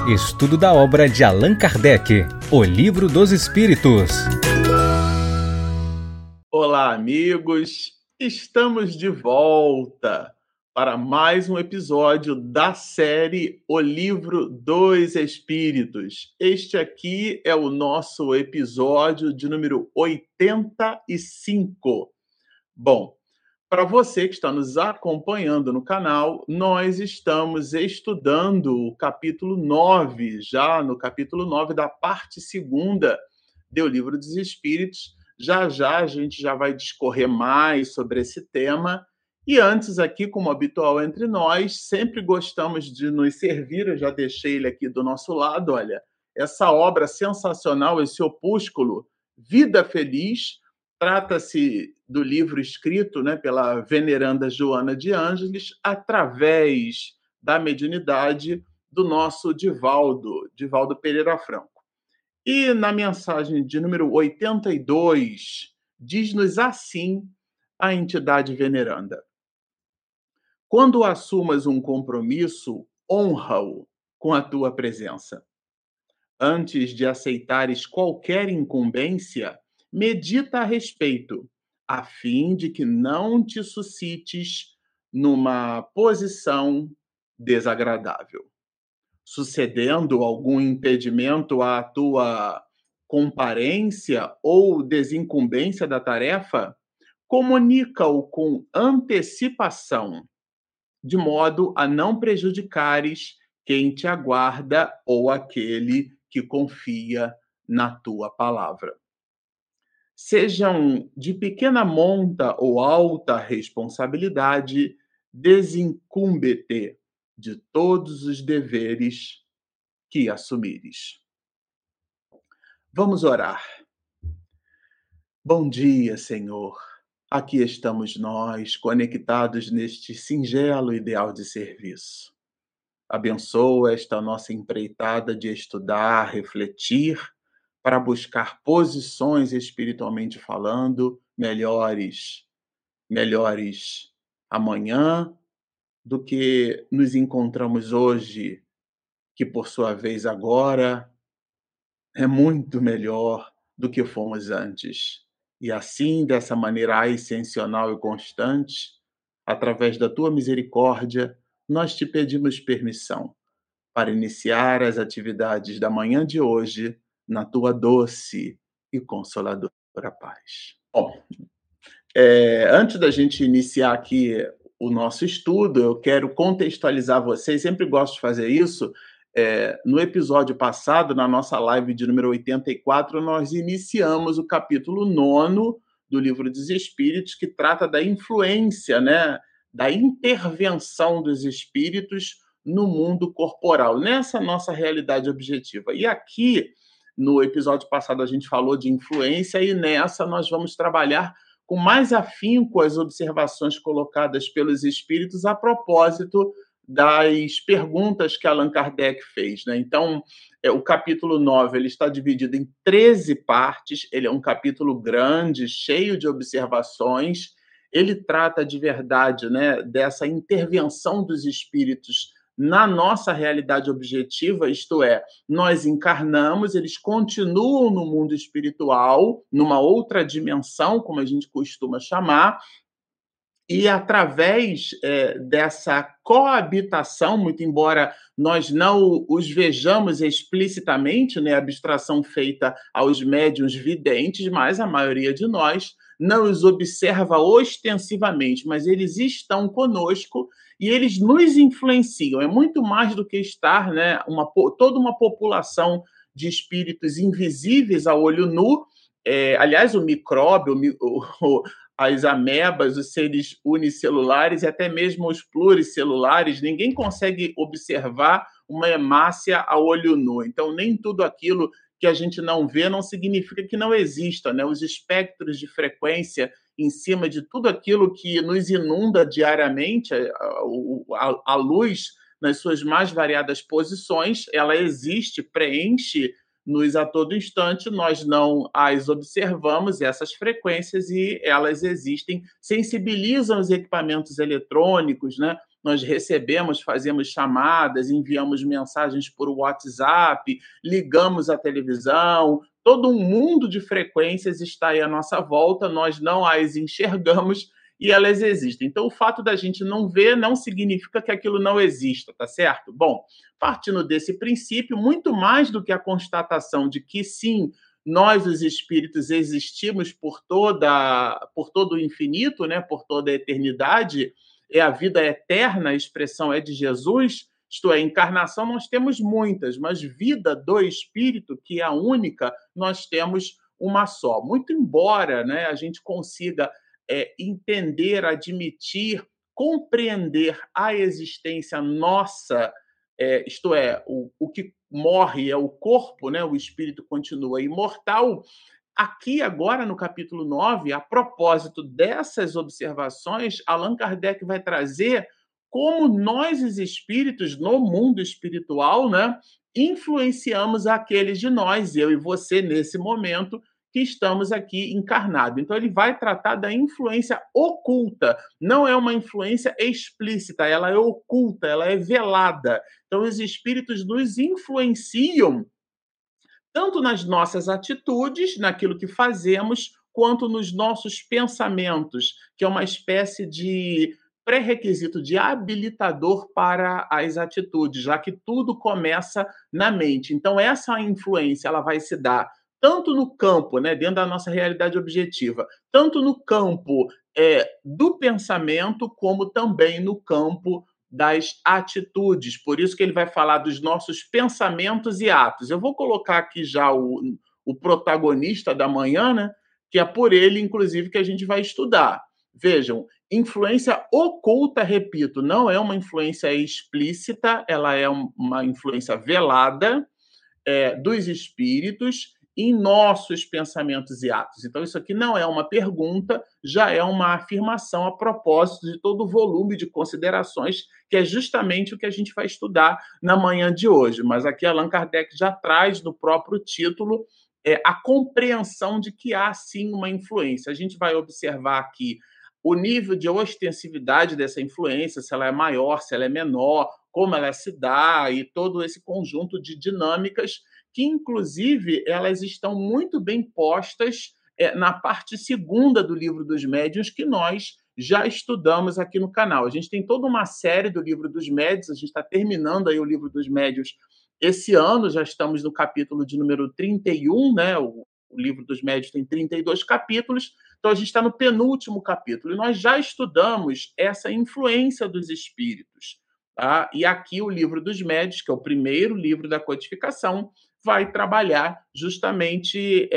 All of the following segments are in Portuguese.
Estudo da obra de Allan Kardec, O Livro dos Espíritos. Olá, amigos! Estamos de volta para mais um episódio da série O Livro dos Espíritos. Este aqui é o nosso episódio de número 85. Bom, para você que está nos acompanhando no canal, nós estamos estudando o capítulo 9, já no capítulo 9 da parte segunda do Livro dos Espíritos. Já já a gente já vai discorrer mais sobre esse tema. E antes aqui, como habitual entre nós, sempre gostamos de nos servir, eu já deixei ele aqui do nosso lado, olha, essa obra sensacional, esse opúsculo, Vida Feliz. Trata-se do livro escrito, né, pela veneranda Joana de Ângeles, através da mediunidade do nosso Divaldo Pereira Franco. E na mensagem de número 82, diz-nos assim a entidade veneranda: quando assumas um compromisso, honra-o com a tua presença. Antes de aceitares qualquer incumbência, medita a respeito, a fim de que não te suscites numa posição desagradável. Sucedendo algum impedimento à tua comparência ou desincumbência da tarefa, comunica-o com antecipação, de modo a não prejudicares quem te aguarda ou aquele que confia na tua palavra. Sejam de pequena monta ou alta responsabilidade, desincumbe-te de todos os deveres que assumires. Vamos orar. Bom dia, Senhor. Aqui estamos nós, conectados neste singelo ideal de serviço. Abençoa esta nossa empreitada de estudar, refletir, para buscar posições espiritualmente falando melhores amanhã do que nos encontramos hoje, que por sua vez agora é muito melhor do que fomos antes. E assim, dessa maneira ascensional e constante, através da tua misericórdia, nós te pedimos permissão para iniciar as atividades da manhã de hoje na tua doce e consoladora paz. Bom, antes da gente iniciar aqui o nosso estudo, eu quero contextualizar vocês, sempre gosto de fazer isso. No episódio passado, na nossa live de número 84, nós iniciamos o capítulo 9 do Livro dos Espíritos, que trata da influência, né, da intervenção dos espíritos no mundo corporal, nessa nossa realidade objetiva. E aqui, no episódio passado, a gente falou de influência, e nessa nós vamos trabalhar com mais afinco as observações colocadas pelos espíritos a propósito das perguntas que Allan Kardec fez, né? Então, o capítulo 9 ele está dividido em 13 partes, ele é um capítulo grande, cheio de observações, ele trata de verdade, né, dessa intervenção dos espíritos na nossa realidade objetiva, isto é, nós encarnamos, eles continuam no mundo espiritual, numa outra dimensão, como a gente costuma chamar, e através dessa coabitação, muito embora nós não os vejamos explicitamente, né, a abstração feita aos médiuns videntes, mas a maioria de nós não os observa ostensivamente, mas eles estão conosco e eles nos influenciam. É muito mais do que estar, né, toda uma população de espíritos invisíveis a olho nu. Aliás, o micróbio, as amebas, os seres unicelulares e até mesmo os pluricelulares, ninguém consegue observar uma hemácia a olho nu. Então, nem tudo aquilo que a gente não vê não significa que não exista, né? Os espectros de frequência em cima de tudo aquilo que nos inunda diariamente, a luz, nas suas mais variadas posições, ela existe, preenche nos a todo instante, nós não as observamos, essas frequências, e elas existem, sensibilizam os equipamentos eletrônicos, né? nós recebemos, fazemos chamadas, enviamos mensagens por WhatsApp, ligamos a televisão, todo um mundo de frequências está aí à nossa volta, nós não as enxergamos e elas existem. Então, o fato da gente não ver não significa que aquilo não exista, tá certo? Bom, partindo desse princípio, muito mais do que a constatação de que sim, nós, os espíritos, existimos por todo o infinito, né, por toda a eternidade, é a vida eterna, a expressão é de Jesus, isto é, encarnação nós temos muitas, mas vida do espírito, que é a única, nós temos uma só. Muito embora, né, a gente consiga entender, admitir, compreender a existência nossa, isto é, o que morre é o corpo, né? O espírito continua imortal. Aqui, agora, no capítulo 9, a propósito dessas observações, Allan Kardec vai trazer como nós, os espíritos, no mundo espiritual, né, influenciamos aqueles de nós, eu e você, nesse momento, que estamos aqui encarnados. Então, ele vai tratar da influência oculta, não é uma influência explícita, ela é oculta, ela é velada. Então, os espíritos nos influenciam tanto nas nossas atitudes, naquilo que fazemos, quanto nos nossos pensamentos, que é uma espécie de pré-requisito de habilitador para as atitudes, já que tudo começa na mente. Então essa influência ela vai se dar tanto no campo, né, dentro da nossa realidade objetiva, tanto no campo do pensamento, como também no campo das atitudes. Por isso que ele vai falar dos nossos pensamentos e atos. Eu vou colocar aqui já o protagonista da manhã, né? Que é por ele, inclusive, que a gente vai estudar. Vejam, influência oculta, repito, não é uma influência explícita, ela é uma influência velada dos espíritos em nossos pensamentos e atos. Então, isso aqui não é uma pergunta, já é uma afirmação a propósito de todo o volume de considerações, que é justamente o que a gente vai estudar na manhã de hoje. Mas aqui Allan Kardec já traz no próprio título a compreensão de que há sim uma influência. A gente vai observar aqui o nível de ostensividade dessa influência, se ela é maior, se ela é menor, como ela se dá e todo esse conjunto de dinâmicas que, inclusive, elas estão muito bem postas na parte segunda do Livro dos Médiuns, que nós já estudamos aqui no canal. A gente tem toda uma série do Livro dos Médiuns, a gente está terminando aí o Livro dos Médiuns esse ano, já estamos no capítulo de número 31, né? O Livro dos Médiuns tem 32 capítulos, então a gente está no penúltimo capítulo, e nós já estudamos essa influência dos espíritos. Tá? E aqui o Livro dos Médiuns, que é o primeiro livro da codificação, vai trabalhar justamente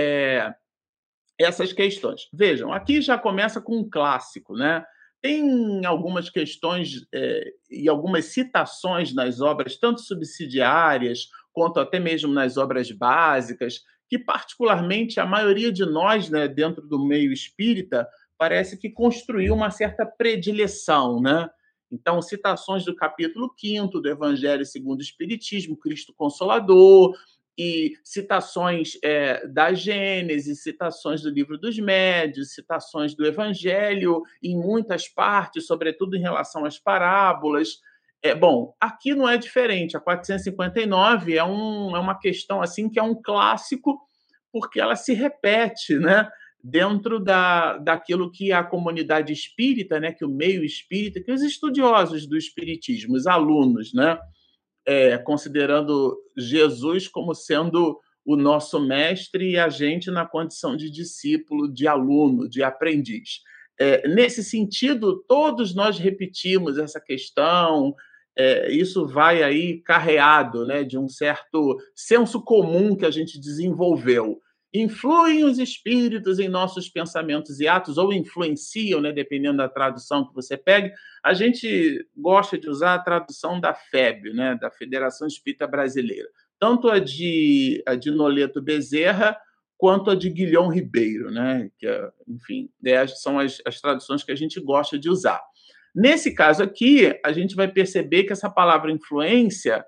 essas questões. Vejam, aqui já começa com um clássico, né? Tem algumas questões e algumas citações nas obras, tanto subsidiárias quanto até mesmo nas obras básicas, que particularmente a maioria de nós, né, dentro do meio espírita, parece que construiu uma certa predileção, né? Então, citações do capítulo 5º do Evangelho segundo o Espiritismo, Cristo Consolador, e citações da Gênesis, citações do Livro dos Médiuns, citações do Evangelho em muitas partes, sobretudo em relação às parábolas. Bom, aqui não é diferente. A 459 é uma questão assim que é um clássico, porque ela se repete, né? Dentro daquilo que a comunidade espírita, né, que o meio espírita, que os estudiosos do espiritismo, os alunos, né, considerando Jesus como sendo o nosso mestre e a gente na condição de discípulo, de aluno, de aprendiz. Nesse sentido, todos nós repetimos essa questão, isso vai aí carreado, né, de um certo senso comum que a gente desenvolveu. Influem os espíritos em nossos pensamentos e atos, ou influenciam, né, dependendo da tradução que você pegue. A gente gosta de usar a tradução da FEB, né, da Federação Espírita Brasileira, tanto a de Noleto Bezerra, quanto a de Guilhom Ribeiro, né, que, enfim, são as traduções que a gente gosta de usar. Nesse caso aqui, a gente vai perceber que essa palavra influência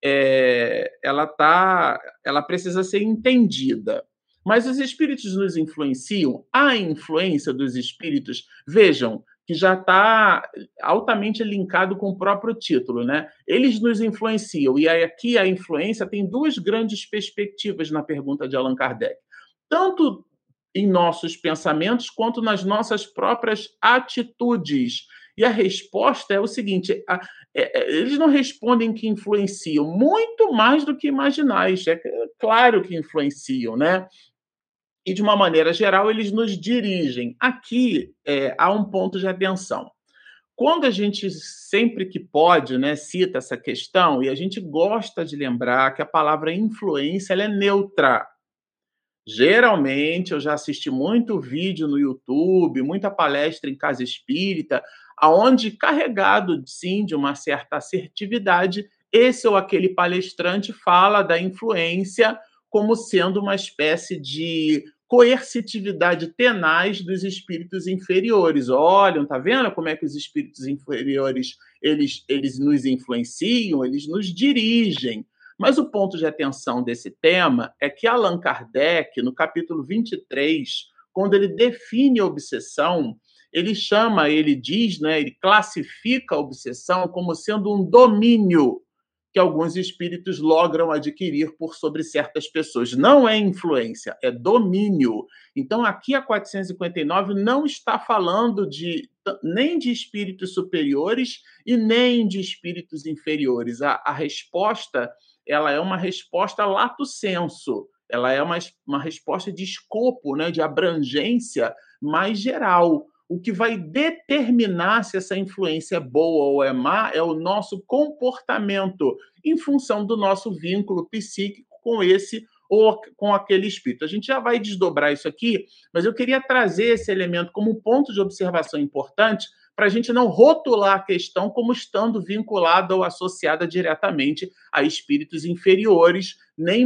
ela precisa ser entendida. Mas os espíritos nos influenciam? A influência dos espíritos, vejam, que já está altamente linkado com o próprio título, né? Eles nos influenciam. E aí, aqui a influência tem duas grandes perspectivas na pergunta de Allan Kardec. Tanto em nossos pensamentos quanto nas nossas próprias atitudes. E a resposta é o seguinte: eles não respondem que influenciam, muito mais do que imaginais. É claro que influenciam, né? E, de uma maneira geral, eles nos dirigem. Aqui há um ponto de atenção. Quando a gente, sempre que pode, né, cita essa questão, e a gente gosta de lembrar que a palavra influência ela é neutra. Geralmente, eu já assisti muito vídeo no YouTube, muita palestra em casa espírita, aonde, carregado, sim, de uma certa assertividade, esse ou aquele palestrante fala da influência como sendo uma espécie de coercitividade tenaz dos espíritos inferiores. Olha, tá vendo como é que os espíritos inferiores eles nos influenciam, eles nos dirigem. Mas o ponto de atenção desse tema é que Allan Kardec, no capítulo 23, quando ele define a obsessão, ele diz, né, ele classifica a obsessão como sendo um domínio que alguns espíritos logram adquirir por sobre certas pessoas. Não é influência, é domínio. Então, aqui a 459 não está falando nem de espíritos superiores e nem de espíritos inferiores. A resposta ela é uma resposta lato sensu, ela é uma resposta de escopo, né, de abrangência mais geral. O que vai determinar se essa influência é boa ou é má é o nosso comportamento, em função do nosso vínculo psíquico com esse ou com aquele espírito. A gente já vai desdobrar isso aqui, mas eu queria trazer esse elemento como um ponto de observação importante para a gente não rotular a questão como estando vinculada ou associada diretamente a espíritos inferiores,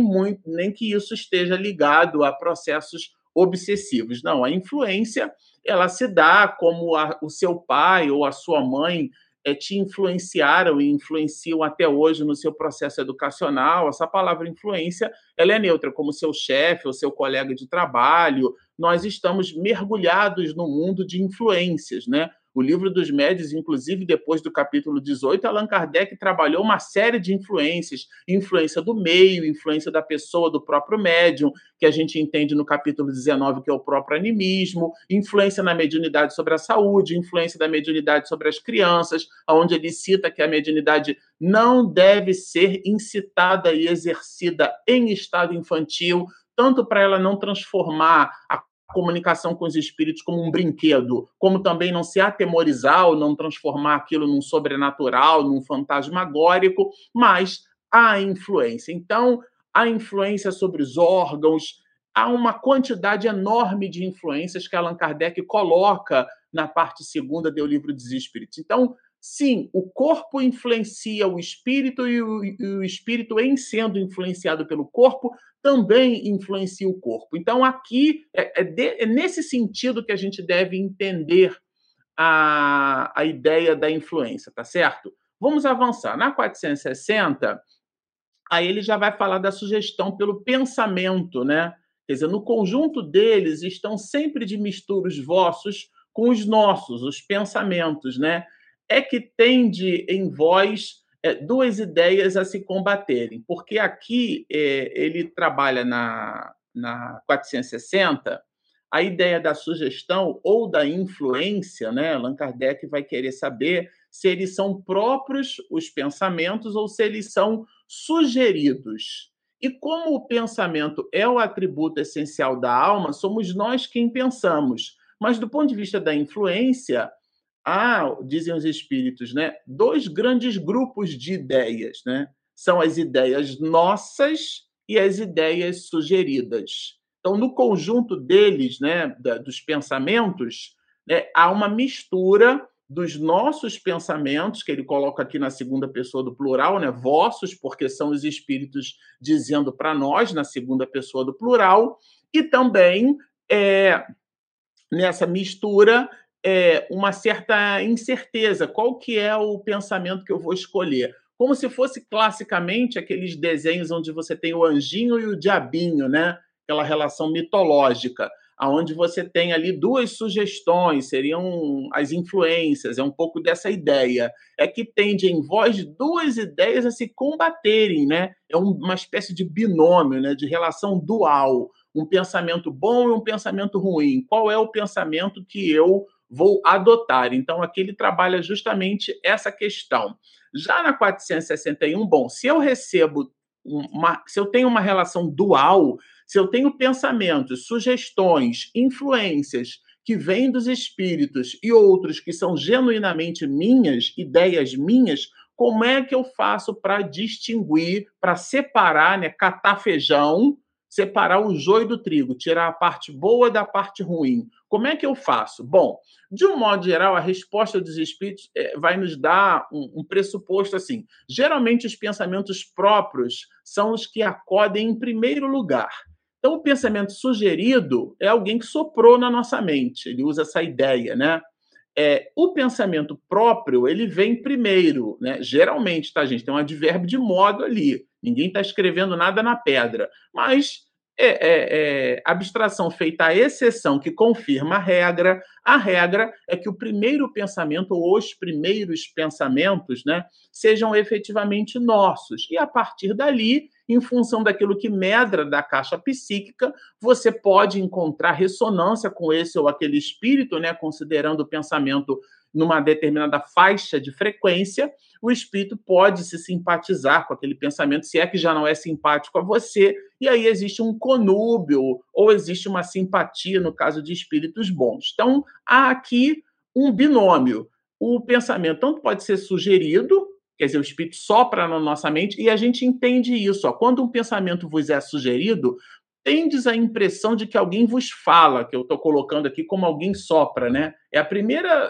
nem que isso esteja ligado a processos obsessivos. Não, a influência ela se dá como o seu pai ou a sua mãe te influenciaram e influenciam até hoje no seu processo educacional. Essa palavra influência ela é neutra, como seu chefe ou seu colega de trabalho. Nós estamos mergulhados no mundo de influências, né? O Livro dos Médiuns, inclusive, depois do capítulo 18, Allan Kardec trabalhou uma série de influências, influência do meio, influência da pessoa, do próprio médium, que a gente entende no capítulo 19, que é o próprio animismo, influência na mediunidade sobre a saúde, influência da mediunidade sobre as crianças, onde ele cita que a mediunidade não deve ser incitada e exercida em estado infantil, tanto para ela não transformar a comunicação com os espíritos como um brinquedo, como também não se atemorizar ou não transformar aquilo num sobrenatural, num fantasmagórico, mas a influência. Então, a influência sobre os órgãos, há uma quantidade enorme de influências que Allan Kardec coloca na parte segunda do Livro dos Espíritos. Então, sim, o corpo influencia o espírito e o espírito, em sendo influenciado pelo corpo, também influencia o corpo. Então, aqui é nesse sentido que a gente deve entender a ideia da influência, tá certo? Vamos avançar. Na 460, aí ele já vai falar da sugestão pelo pensamento, né? Quer dizer, no conjunto deles estão sempre de mistura os vossos com os nossos, os pensamentos, né? É que tende em vós duas ideias a se combaterem, porque aqui ele trabalha na 460 a ideia da sugestão ou da influência, né? Allan Kardec vai querer saber se eles são próprios os pensamentos ou se eles são sugeridos. E como o pensamento é o atributo essencial da alma, somos nós quem pensamos. Mas do ponto de vista da influência, dizem os espíritos, né, dois grandes grupos de ideias, né? São as ideias nossas e as ideias sugeridas. Então, no conjunto deles, né, dos pensamentos, né, há uma mistura dos nossos pensamentos, que ele coloca aqui na segunda pessoa do plural, né, vossos, porque são os espíritos dizendo para nós, na segunda pessoa do plural, e também nessa mistura uma certa incerteza. Qual que é o pensamento que eu vou escolher? Como se fosse classicamente aqueles desenhos onde você tem o anjinho e o diabinho, né? Aquela relação mitológica. aonde você tem ali 2 sugestões, seriam as influências, é um pouco dessa ideia. É que tende em vós 2 ideias a se combaterem, né, é uma espécie de binômio, né, de relação dual, um pensamento bom e um pensamento ruim. Qual é o pensamento que eu vou adotar? Então aqui ele trabalha justamente essa questão. Já na 461, bom, se eu recebo se eu tenho uma relação dual, se eu tenho pensamentos, sugestões, influências que vêm dos espíritos e outros que são genuinamente minhas, ideias minhas, como é que eu faço para distinguir, para separar, né, catar feijão, separar o joio do trigo, tirar a parte boa da parte ruim? Como é que eu faço? Bom, de um modo geral, a resposta dos espíritos vai nos dar um pressuposto assim. Geralmente, os pensamentos próprios são os que acodem em primeiro lugar. Então, o pensamento sugerido é alguém que soprou na nossa mente. Ele usa essa ideia, né? O pensamento próprio, ele vem primeiro, né? Geralmente, tá, gente? Tem um advérbio de modo ali. Ninguém está escrevendo nada na pedra. Mas abstração feita à exceção que confirma a regra é que o primeiro pensamento, ou os primeiros pensamentos, né, sejam efetivamente nossos. E a partir dali, em função daquilo que medra da caixa psíquica, você pode encontrar ressonância com esse ou aquele espírito, né, considerando o pensamento numa determinada faixa de frequência, o espírito pode se simpatizar com aquele pensamento, se é que já não é simpático a você, e aí existe um conúbio, ou existe uma simpatia, no caso de espíritos bons. Então, há aqui um binômio. O pensamento tanto pode ser sugerido, quer dizer, o espírito sopra na nossa mente, e a gente entende isso. Ó, quando um pensamento vos é sugerido, tendes a impressão de que alguém vos fala, que eu estou colocando aqui como alguém sopra, né? É a primeira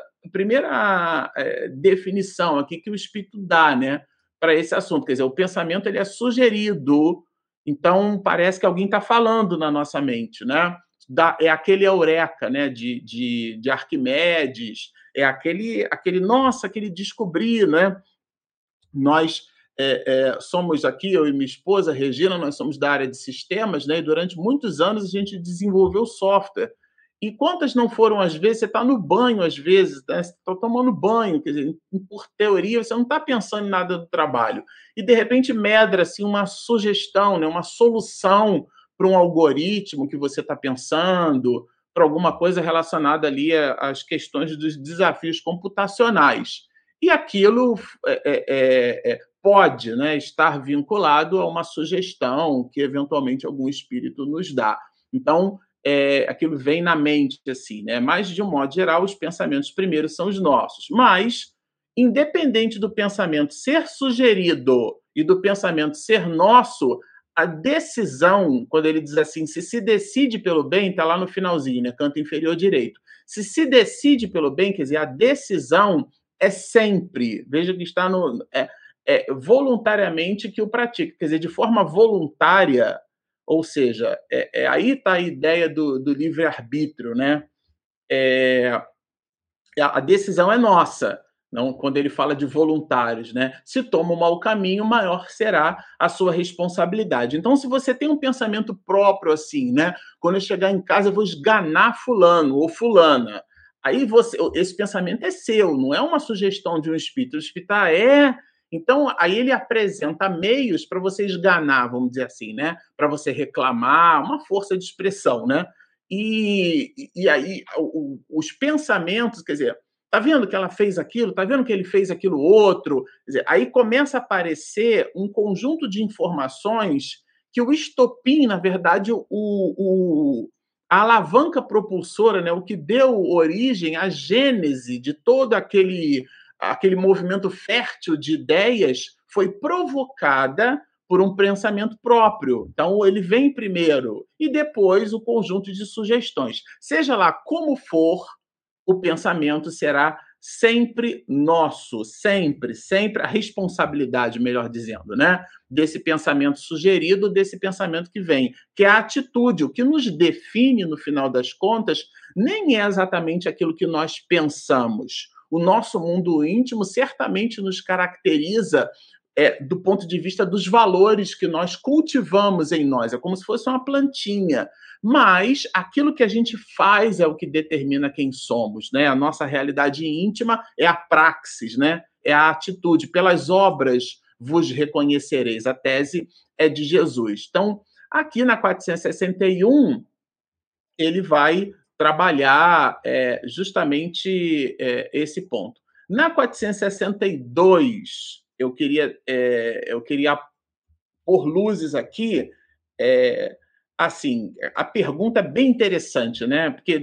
definição aqui que o espírito dá, né, para esse assunto. Quer dizer, o pensamento ele é sugerido, então parece que alguém está falando na nossa mente, né? É aquele eureka, né, de Arquimedes, é nossa, aquele descobrir, né? Nós somos aqui, eu e minha esposa, Regina, nós somos da área de sistemas, né? E durante muitos anos a gente desenvolveu software. E quantas não foram as vezes, você está no banho às vezes, né? Você está tomando banho, quer dizer, por teoria, você não está pensando em nada do trabalho. E de repente medra assim, uma sugestão, né? Uma solução para um algoritmo que você está pensando, para alguma coisa relacionada ali às questões dos desafios computacionais. E aquilo pode, né, estar vinculado a uma sugestão que eventualmente algum espírito nos dá. Então, aquilo vem na mente, assim, né? Mas, de um modo geral, os pensamentos primeiro são os nossos. Mas, independente do pensamento ser sugerido e do pensamento ser nosso, a decisão, quando ele diz assim, se decide pelo bem, está lá no finalzinho, né? Canto inferior direito. Se decide pelo bem, quer dizer, a decisão é sempre, veja que está voluntariamente que o pratica, quer dizer, de forma voluntária, ou seja, aí está a ideia do livre-arbítrio, né? A decisão é nossa, não, quando ele fala de voluntários, né? Se toma um mau caminho, maior será a sua responsabilidade. Então, se você tem um pensamento próprio assim, né? Quando eu chegar em casa, eu vou esganar fulano ou fulana. Aí esse pensamento é seu, não é uma sugestão de um espírito. O espírito então, aí ele apresenta meios para você esganar, vamos dizer assim, né? Para você reclamar, uma força de expressão, né? E aí os pensamentos, quer dizer, tá vendo que ela fez aquilo? Tá vendo que ele fez aquilo outro? Quer dizer, aí começa a aparecer um conjunto de informações que o estopim, na verdade, a alavanca propulsora, né, o que deu origem à gênese de todo aquele movimento fértil de ideias foi provocada por um pensamento próprio. Então, ele vem primeiro e depois o conjunto de sugestões. Seja lá como for, o pensamento será sempre nosso, sempre, sempre a responsabilidade, melhor dizendo, né? Desse pensamento sugerido, desse pensamento que vem, que é a atitude. O que nos define, no final das contas, nem é exatamente aquilo que nós pensamos. O nosso mundo íntimo certamente nos caracteriza do ponto de vista dos valores que nós cultivamos em nós, é como se fosse uma plantinha. Mas aquilo que a gente faz é o que determina quem somos, né? A nossa realidade íntima é a praxis, né? É a atitude. Pelas obras vos reconhecereis. A tese é de Jesus. Então, aqui na 461, ele vai trabalhar justamente esse ponto. Na 462, eu queria pôr luzes aqui, assim, a pergunta é bem interessante, né? Porque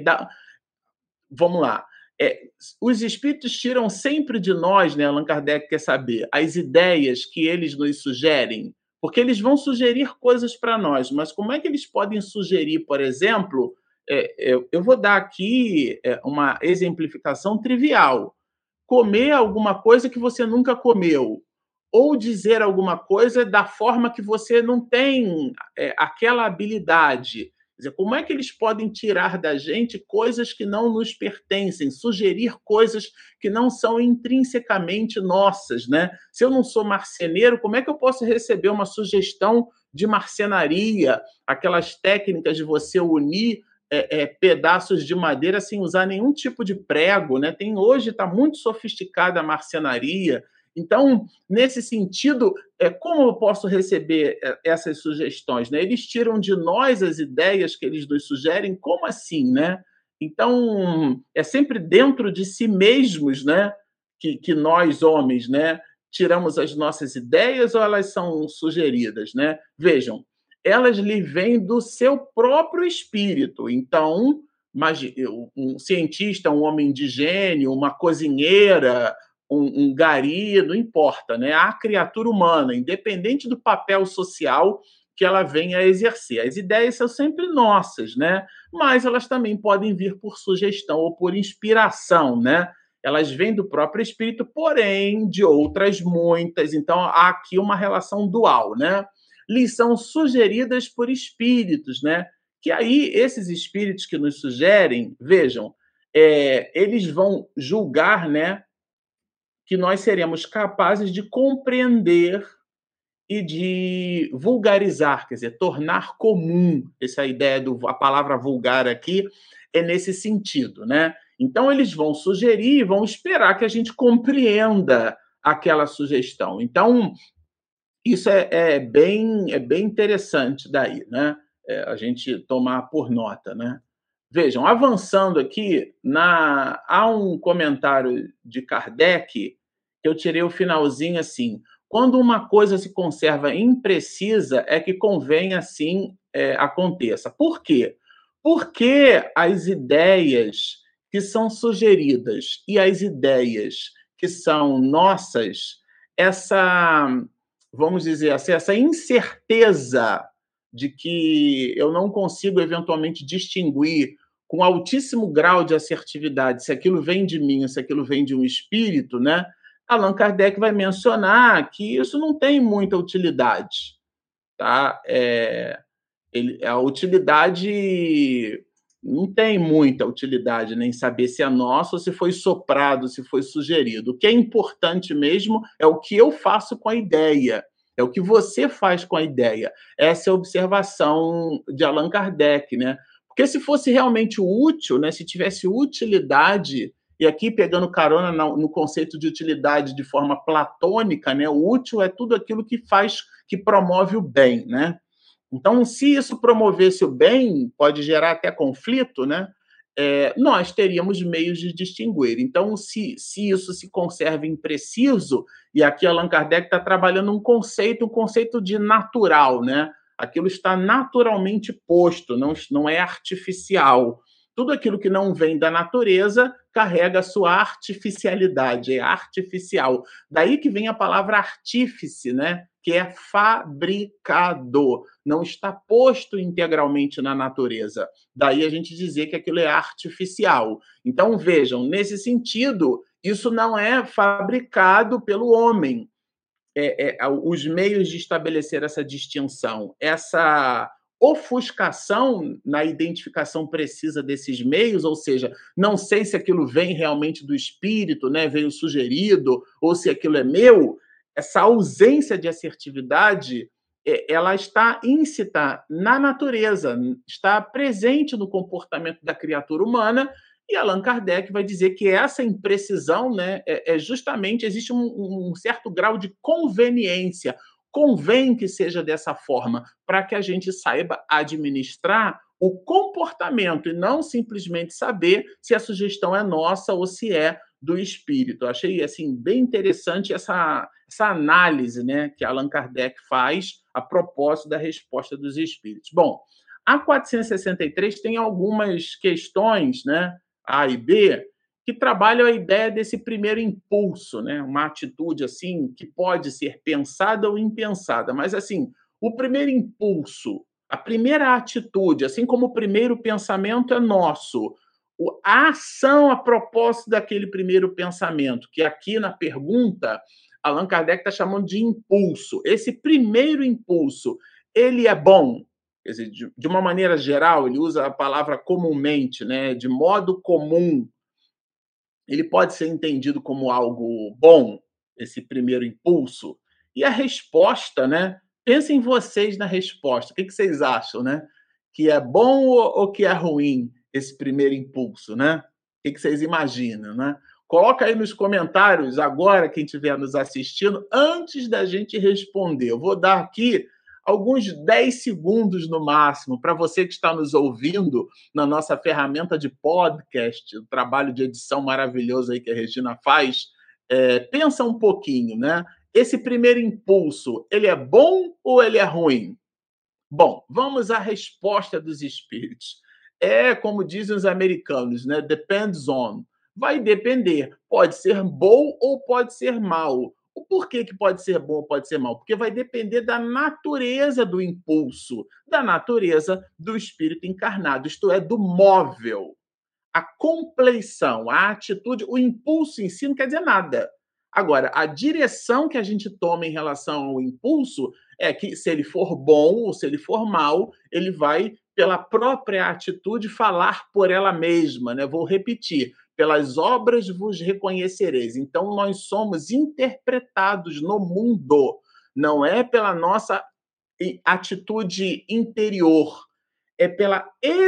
vamos lá. Os espíritos tiram sempre de nós, né? Allan Kardec quer saber as ideias que eles nos sugerem, porque eles vão sugerir coisas para nós, mas como é que eles podem sugerir, por exemplo? Eu vou dar aqui uma exemplificação trivial: comer alguma coisa que você nunca comeu, ou dizer alguma coisa da forma que você não tem aquela habilidade. Quer dizer, como é que eles podem tirar da gente coisas que não nos pertencem, sugerir coisas que não são intrinsecamente nossas, né? Se eu não sou marceneiro, como é que eu posso receber uma sugestão de marcenaria, aquelas técnicas de você unir pedaços de madeira sem usar nenhum tipo de prego, né? Hoje está muito sofisticada a marcenaria. Então, nesse sentido, como eu posso receber essas sugestões? Né? Eles tiram de nós as ideias que eles nos sugerem, como assim? Né? Então, é sempre dentro de si mesmos, né, que nós, homens, né, tiramos as nossas ideias ou elas são sugeridas? Né? Vejam, elas lhe vêm do seu próprio espírito. Então, um cientista, um homem de gênio, uma cozinheira, um gari, não importa, né? A criatura humana, independente do papel social que ela venha a exercer. As ideias são sempre nossas, né? Mas elas também podem vir por sugestão ou por inspiração, né? Elas vêm do próprio espírito, porém de outras muitas. Então há aqui uma relação dual, né? Lhes são sugeridas por espíritos, né? Que aí esses espíritos que nos sugerem, vejam, eles vão julgar, né, que nós seremos capazes de compreender e de vulgarizar, quer dizer, tornar comum. Essa ideia a palavra vulgar aqui é nesse sentido, né? Então eles vão sugerir e vão esperar que a gente compreenda aquela sugestão. Então isso é bem interessante daí, né? A gente tomar por nota, né? Vejam, avançando aqui, há um comentário de Kardec que eu tirei o finalzinho assim: quando uma coisa se conserva imprecisa, é que convém assim aconteça. Por quê? Porque as ideias que são sugeridas e as ideias que são nossas, essa, vamos dizer assim, essa incerteza de que eu não consigo eventualmente distinguir com altíssimo grau de assertividade se aquilo vem de mim ou se aquilo vem de um espírito, né? Allan Kardec vai mencionar que isso não tem muita utilidade, tá? A utilidade não tem muita utilidade, nem saber se é nosso ou se foi soprado, se foi sugerido. O que é importante mesmo é o que eu faço com a ideia, é o que você faz com a ideia. Essa é a observação de Allan Kardec, né? Porque se fosse realmente útil, né, se tivesse utilidade, e aqui pegando carona no conceito de utilidade de forma platônica, né, o útil é tudo aquilo que faz, que promove o bem, né? Então, se isso promovesse o bem, pode gerar até conflito, né? Nós teríamos meios de distinguir. Então, se isso se conserva impreciso, e aqui Allan Kardec está trabalhando um conceito de natural, né? Aquilo está naturalmente posto, não é artificial. Tudo aquilo que não vem da natureza carrega a sua artificialidade, é artificial. Daí que vem a palavra artífice, né? Que é fabricado, não está posto integralmente na natureza. Daí a gente dizer que aquilo é artificial. Então, vejam, nesse sentido, isso não é fabricado pelo homem. Os meios de estabelecer essa distinção, essa ofuscação na identificação precisa desses meios, ou seja, não sei se aquilo vem realmente do espírito, né, veio sugerido, ou se aquilo é meu, essa ausência de assertividade, ela está íncita na natureza, está presente no comportamento da criatura humana, e Allan Kardec vai dizer que essa imprecisão, né, justamente existe um certo grau de conveniência. Convém que seja dessa forma, para que a gente saiba administrar o comportamento e não simplesmente saber se a sugestão é nossa ou se é do espírito. Eu achei assim bem interessante essa análise, né, que Allan Kardec faz a propósito da resposta dos espíritos. Bom, a 463 tem algumas questões, né, A e B, que trabalham a ideia desse primeiro impulso, né, uma atitude assim que pode ser pensada ou impensada, mas assim, o primeiro impulso, a primeira atitude, assim como o primeiro pensamento é nosso, a ação a propósito daquele primeiro pensamento, que aqui na pergunta, Allan Kardec está chamando de impulso. Esse primeiro impulso, ele é bom? Quer dizer, de uma maneira geral, ele usa a palavra comumente, né? De modo comum, ele pode ser entendido como algo bom, esse primeiro impulso? E a resposta, né? Pensem vocês na resposta. O que vocês acham, né? Que é bom ou que é ruim esse primeiro impulso, né? O que vocês imaginam, né? Coloca aí nos comentários agora, quem estiver nos assistindo, antes da gente responder. Eu vou dar aqui alguns 10 segundos no máximo para você que está nos ouvindo na nossa ferramenta de podcast, o trabalho de edição maravilhoso aí que a Regina faz. Pensa um pouquinho, né? Esse primeiro impulso, ele é bom ou ele é ruim? Bom, vamos à resposta dos espíritos. É como dizem os americanos, né? Depends on. Vai depender. Pode ser bom ou pode ser mal. O porquê que pode ser bom ou pode ser mal? Porque vai depender da natureza do impulso, da natureza do espírito encarnado, isto é, do móvel. A compleição, a atitude, o impulso em si não quer dizer nada. Agora, a direção que a gente toma em relação ao impulso é que, se ele for bom ou se ele for mal, ele vai, pela própria atitude, falar por ela mesma. Né? Vou repetir: pelas obras vos reconhecereis. Então, nós somos interpretados no mundo, não é pela nossa atitude interior, é pela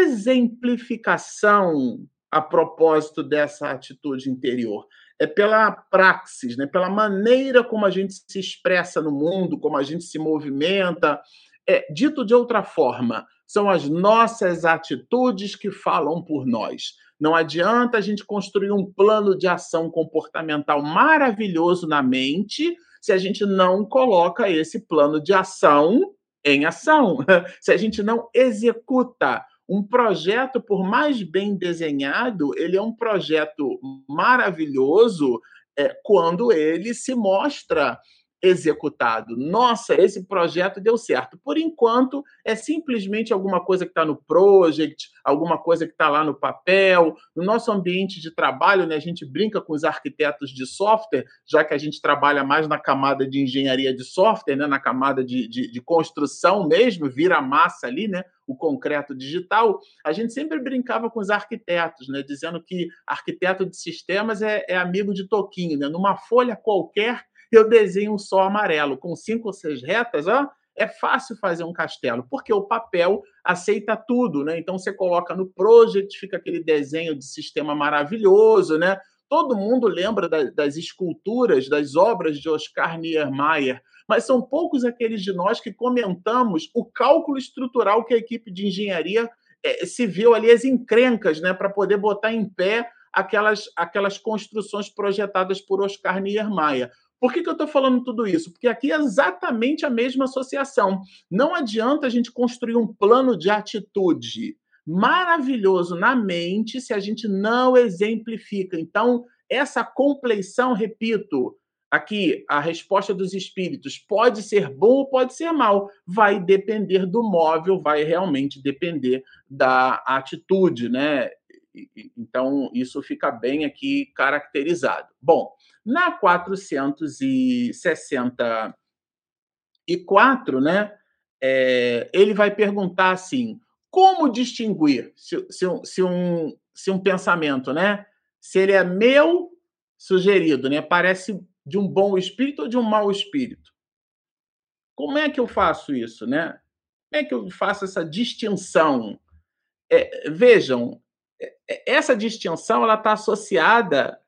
exemplificação a propósito dessa atitude interior. É pela praxis, né? Pela maneira como a gente se expressa no mundo, como a gente se movimenta. Dito de outra forma, são as nossas atitudes que falam por nós. Não adianta a gente construir um plano de ação comportamental maravilhoso na mente se a gente não coloca esse plano de ação em ação. Se a gente não executa um projeto, por mais bem desenhado, ele é um projeto maravilhoso quando ele se mostra executado. Nossa, esse projeto deu certo. Por enquanto, é simplesmente alguma coisa que está no project, alguma coisa que está lá no papel. No nosso ambiente de trabalho, né, a gente brinca com os arquitetos de software, já que a gente trabalha mais na camada de engenharia de software, né, na camada de construção mesmo, vira massa ali, né, o concreto digital. A gente sempre brincava com os arquitetos, né, dizendo que arquiteto de sistemas é amigo de Toquinho, né? Numa folha qualquer eu desenho um sol amarelo com 5 ou 6 retas, é fácil fazer um castelo, porque o papel aceita tudo, né? Então você coloca no project, fica aquele desenho de sistema maravilhoso, né? Todo mundo lembra das esculturas, das obras de Oscar Niemeyer, mas são poucos aqueles de nós que comentamos o cálculo estrutural que a equipe de engenharia se viu ali, as encrencas, né, para poder botar em pé aquelas construções projetadas por Oscar Niemeyer. Por que eu estou falando tudo isso? Porque aqui é exatamente a mesma associação. Não adianta a gente construir um plano de atitude maravilhoso na mente se a gente não exemplifica. Então, essa compleição, repito, aqui a resposta dos espíritos pode ser bom ou pode ser mal, vai depender do móvel, vai realmente depender da atitude, né? Então, isso fica bem aqui caracterizado. Bom, na 464, né, ele vai perguntar assim: como distinguir se um pensamento, né, se ele é meu sugerido, né, parece de um bom espírito ou de um mau espírito? Como é que eu faço isso, né? Como é que eu faço essa distinção? Vejam, essa distinção ela está associada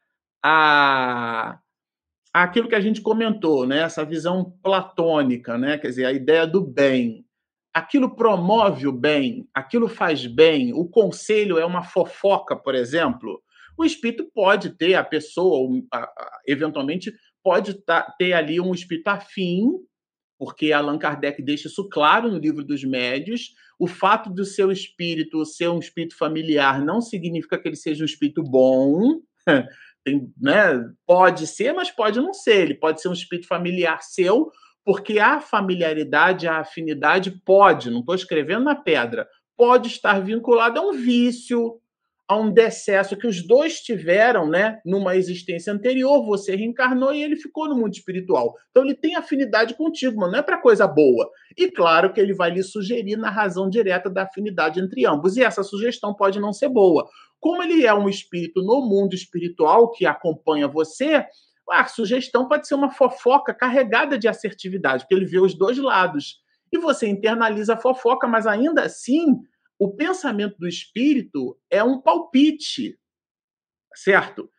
a àquilo que a gente comentou, né? Essa visão platônica, né? Quer dizer, a ideia do bem. Aquilo promove o bem, aquilo faz bem, o conselho é uma fofoca, por exemplo. O espírito pode ter, a pessoa, eventualmente, pode ter ali um espírito afim, porque Allan Kardec deixa isso claro no Livro dos Médiuns. O fato do seu espírito ser um espírito familiar não significa que ele seja um espírito bom. Tem, né? Pode ser, mas pode não ser. Ele pode ser um espírito familiar seu, porque a familiaridade, a afinidade pode, não estou escrevendo na pedra, pode estar vinculada a um vício, a um decesso que os dois tiveram, né, numa existência anterior. Você reencarnou e ele ficou no mundo espiritual. Então ele tem afinidade contigo, mas não é para coisa boa. E claro que ele vai lhe sugerir na razão direta da afinidade entre ambos. E essa sugestão pode não ser boa. Como ele é um espírito no mundo espiritual que acompanha você, a sugestão pode ser uma fofoca carregada de assertividade, porque ele vê os dois lados. E você internaliza a fofoca, mas ainda assim o pensamento do espírito é um palpite, certo?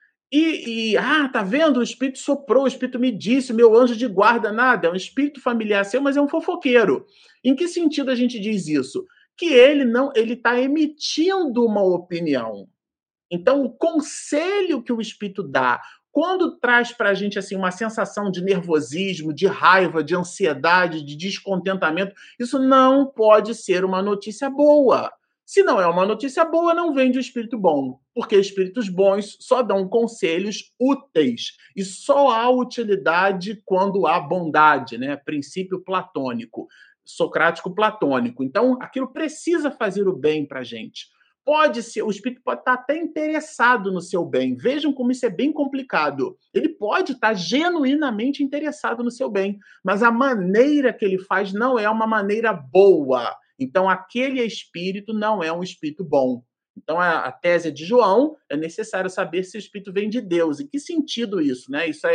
Tá vendo? O espírito soprou, o espírito me disse, meu anjo de guarda, nada, é um espírito familiar seu, mas é um fofoqueiro. Em que sentido a gente diz isso? Que ele está emitindo uma opinião. Então, o conselho que o espírito dá, quando traz para a gente assim, uma sensação de nervosismo, de raiva, de ansiedade, de descontentamento, isso não pode ser uma notícia boa. Se não é uma notícia boa, não vem de um espírito bom, porque espíritos bons só dão conselhos úteis e só há utilidade quando há bondade, né? Princípio platônico, socrático platônico. Então, aquilo precisa fazer o bem para a gente. Pode ser, o espírito pode estar até interessado no seu bem. Vejam como isso é bem complicado. Ele pode estar genuinamente interessado no seu bem, mas a maneira que ele faz não é uma maneira boa. Então, aquele espírito não é um espírito bom. Então, a tese de João é necessário saber se o espírito vem de Deus. Em que sentido isso, né? Isso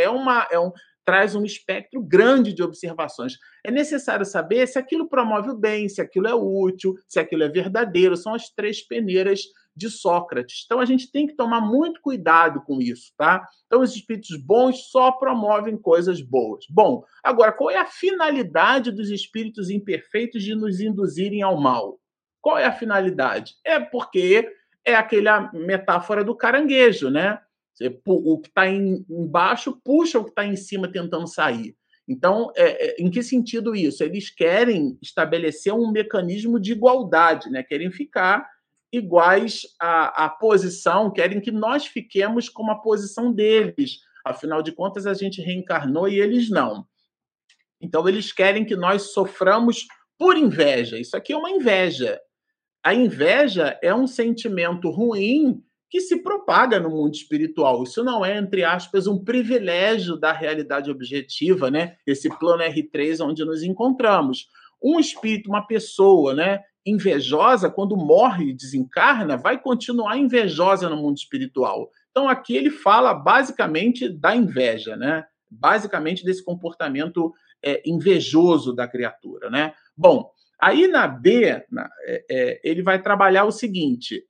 traz um espectro grande de observações. É necessário saber se aquilo promove o bem, se aquilo é útil, se aquilo é verdadeiro. São as três peneiras de Sócrates. Então, a gente tem que tomar muito cuidado com isso, tá? Então, os espíritos bons só promovem coisas boas. Bom, agora, qual é a finalidade dos espíritos imperfeitos de nos induzirem ao mal? Qual é a finalidade? É porque é aquela metáfora do caranguejo, né? O que está embaixo puxa o que está em cima tentando sair. Então, em que sentido isso? Eles querem estabelecer um mecanismo de igualdade, né? Querem ficar iguais à posição, querem que nós fiquemos com a posição deles. Afinal de contas, a gente reencarnou e eles não. Então, eles querem que nós soframos por inveja. Isso aqui é uma inveja. A inveja é um sentimento ruim que se propaga no mundo espiritual. Isso não é, entre aspas, um privilégio da realidade objetiva, né? Esse plano R3 onde nos encontramos. Um espírito, uma pessoa, né, invejosa, quando morre e desencarna, vai continuar invejosa no mundo espiritual. Então, aqui ele fala basicamente da inveja, né? Basicamente desse comportamento invejoso da criatura, né? Bom, aí na B, ele vai trabalhar o seguinte: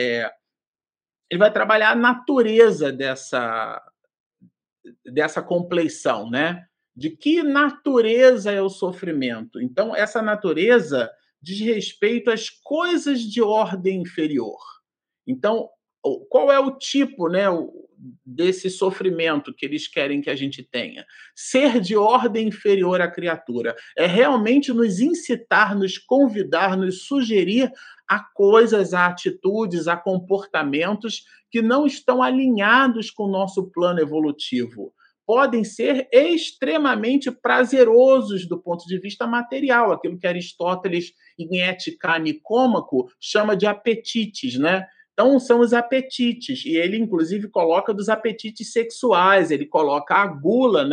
ele vai trabalhar a natureza dessa compleição, né? De que natureza é o sofrimento? Então, essa natureza diz respeito às coisas de ordem inferior. Então, qual é o tipo, né, desse sofrimento que eles querem que a gente tenha? Ser de ordem inferior à criatura. É realmente nos incitar, nos convidar, nos sugerir a coisas, a atitudes, a comportamentos que não estão alinhados com o nosso plano evolutivo. Podem ser extremamente prazerosos do ponto de vista material, aquilo que Aristóteles, em Ética Nicômaco, chama de apetites, né? Então, são os apetites, e ele, inclusive, coloca dos apetites sexuais, ele coloca a gula, né?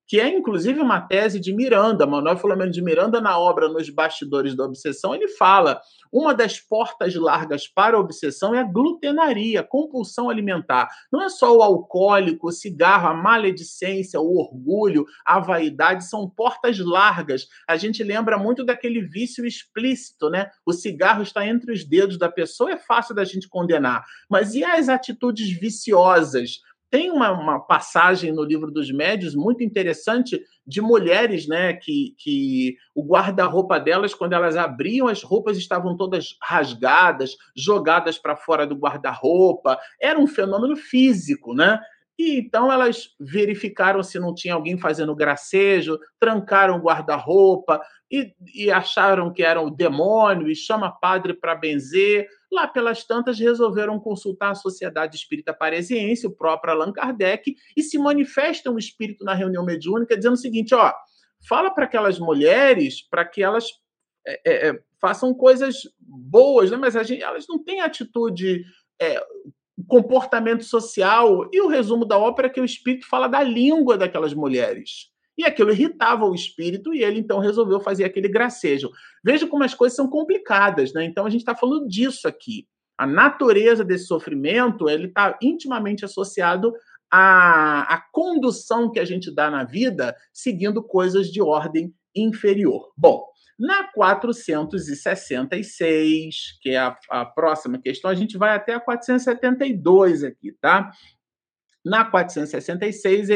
que é inclusive uma tese de Miranda, Manuel Filomeno de Miranda, na obra Nos Bastidores da Obsessão, ele fala: uma das portas largas para a obsessão é a glutenaria, a compulsão alimentar. Não é só o alcoólico, o cigarro, a maledicência, o orgulho, a vaidade, são portas largas. A gente lembra muito daquele vício explícito, né? O cigarro está entre os dedos da pessoa, é fácil da gente condenar. Mas e as atitudes viciosas? Tem uma passagem no Livro dos Médiuns muito interessante de mulheres, né, que o guarda-roupa delas, quando elas abriam, as roupas estavam todas rasgadas, jogadas para fora do guarda-roupa. Era um fenômeno físico, né? E então elas verificaram se não tinha alguém fazendo gracejo, trancaram o guarda-roupa e acharam que era o demônio e chama padre para benzer. Lá pelas tantas, resolveram consultar a Sociedade Espírita Parisiense, o próprio Allan Kardec, e se manifesta um espírito na reunião mediúnica dizendo o seguinte: ó, fala para aquelas mulheres para que elas façam coisas boas, né? Mas elas não têm atitude, comportamento social. E o resumo da ópera é que o espírito fala da língua daquelas mulheres. E aquilo irritava o espírito e ele então resolveu fazer aquele gracejo. Veja como as coisas são complicadas, né? Então a gente está falando disso aqui. A natureza desse sofrimento, ele está intimamente associado à condução que a gente dá na vida seguindo coisas de ordem inferior. Bom, na 466, que é a próxima questão, a gente vai até a 472 aqui, tá? Na 466,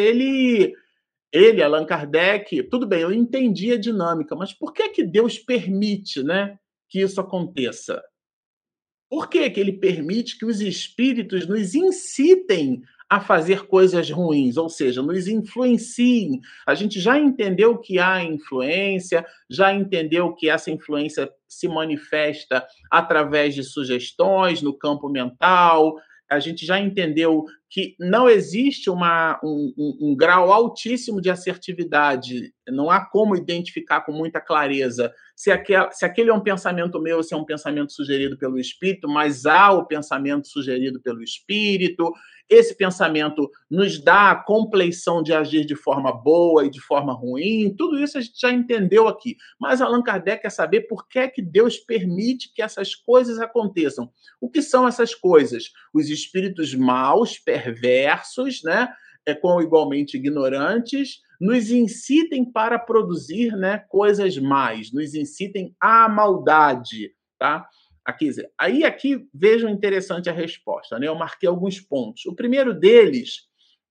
ele, Allan Kardec, tudo bem, eu entendi a dinâmica, mas por que que Deus permite, né, que isso aconteça? Por que que ele permite que os espíritos nos incitem a fazer coisas ruins, ou seja, nos influenciem? A gente já entendeu que há influência, já entendeu que essa influência se manifesta através de sugestões no campo mental, a gente já entendeu que não existe um grau altíssimo de assertividade, não há como identificar com muita clareza se aquele é um pensamento meu, se é um pensamento sugerido pelo espírito, mas há o pensamento sugerido pelo espírito. Esse pensamento nos dá a compleição de agir de forma boa e de forma ruim. Tudo isso a gente já entendeu aqui. Mas Allan Kardec quer saber por que é que Deus permite que essas coisas aconteçam. O que são essas coisas? Os espíritos maus, perversos, né, com igualmente ignorantes, nos incitem para produzir, né, coisas más, nos incitem à maldade, tá? Aqui vejam interessante a resposta, né? Eu marquei alguns pontos. O primeiro deles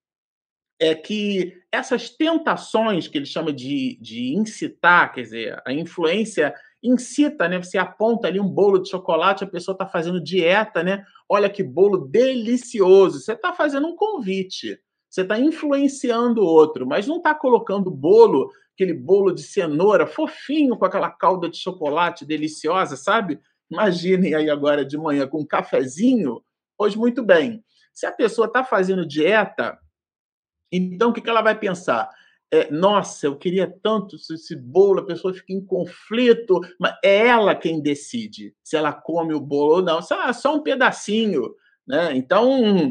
é que essas tentações que ele chama de incitar, quer dizer, a influência incita, né? Você aponta ali um bolo de chocolate, a pessoa está fazendo dieta, né? Olha que bolo delicioso. Você está fazendo um convite, você está influenciando o outro, mas não está colocando bolo, aquele bolo de cenoura fofinho com aquela calda de chocolate deliciosa, sabe? Imaginem aí agora de manhã com um cafezinho. Pois muito bem. Se a pessoa está fazendo dieta, então, o que ela vai pensar? Nossa, eu queria tanto esse bolo, a pessoa fica em conflito, mas é ela quem decide se ela come o bolo ou não. Só um pedacinho, né? Então,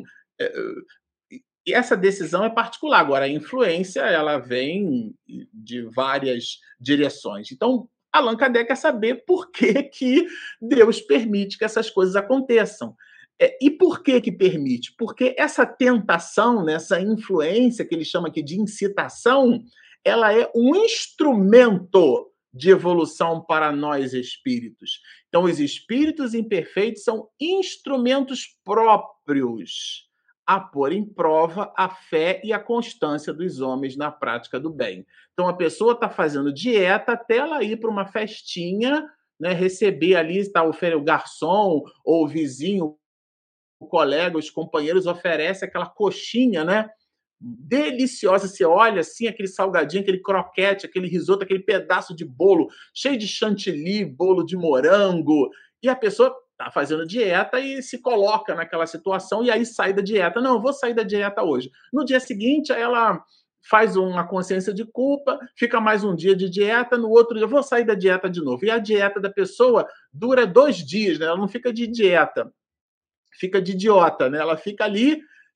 e essa decisão é particular. Agora, a influência, ela vem de várias direções. Então, Allan Kardec quer saber por que que Deus permite que essas coisas aconteçam. E por que que permite? Porque essa tentação, né, essa influência que ele chama aqui de incitação, ela é um instrumento de evolução para nós espíritos. Então, os espíritos imperfeitos são instrumentos próprios a pôr em prova a fé e a constância dos homens na prática do bem. Então, a pessoa está fazendo dieta até ela ir para uma festinha, né, receber ali, está o garçom ou o vizinho, o colega, os companheiros oferecem aquela coxinha, né? Deliciosa. Você olha assim, aquele salgadinho, aquele croquete, aquele risoto, aquele pedaço de bolo cheio de chantilly, bolo de morango. E a pessoa está fazendo dieta e se coloca naquela situação e aí sai da dieta. Não, eu vou sair da dieta hoje. No dia seguinte, ela faz uma consciência de culpa, fica mais um dia de dieta, no outro dia eu vou sair da dieta de novo. E a dieta da pessoa dura 2 dias, né? Ela não fica de dieta, fica de idiota, né? Ela fica ali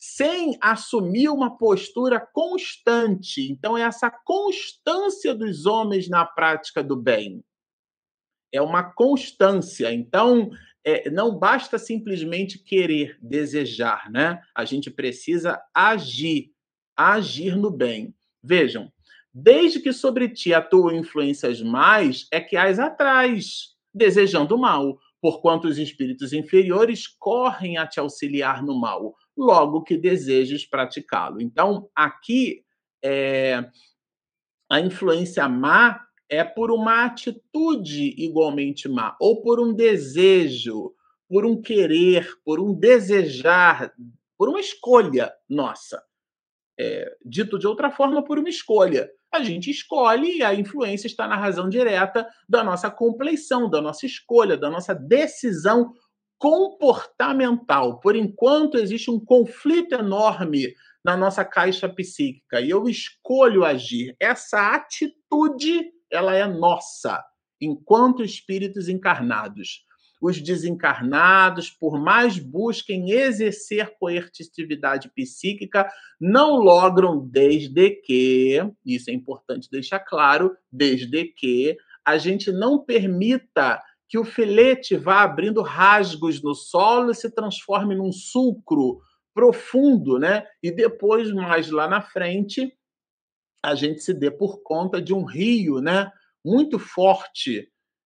sem assumir uma postura constante. Então, é essa constância dos homens na prática do bem. É uma constância. Então, não basta simplesmente querer, desejar, né? A gente precisa agir no bem. Vejam, desde que sobre ti atuam influências mais, é que as atrás, desejando o mal, porquanto os espíritos inferiores correm a te auxiliar no mal, logo que desejes praticá-lo. Então, aqui, é, a influência má é por uma atitude igualmente má, ou por um desejo, por um querer, por um desejar, por uma escolha nossa. Dito de outra forma, por uma escolha. A gente escolhe e a influência está na razão direta da nossa compleição, da nossa escolha, da nossa decisão comportamental. Por enquanto, existe um conflito enorme na nossa caixa psíquica e eu escolho agir. Essa atitude, ela é nossa, enquanto espíritos encarnados. Os desencarnados, por mais busquem exercer coercitividade psíquica, não logram desde que, isso é importante deixar claro, desde que a gente não permita que o filete vá abrindo rasgos no solo e se transforme num sulcro profundo, né? E depois, mais lá na frente, a gente se dê por conta de um rio, né? Muito forte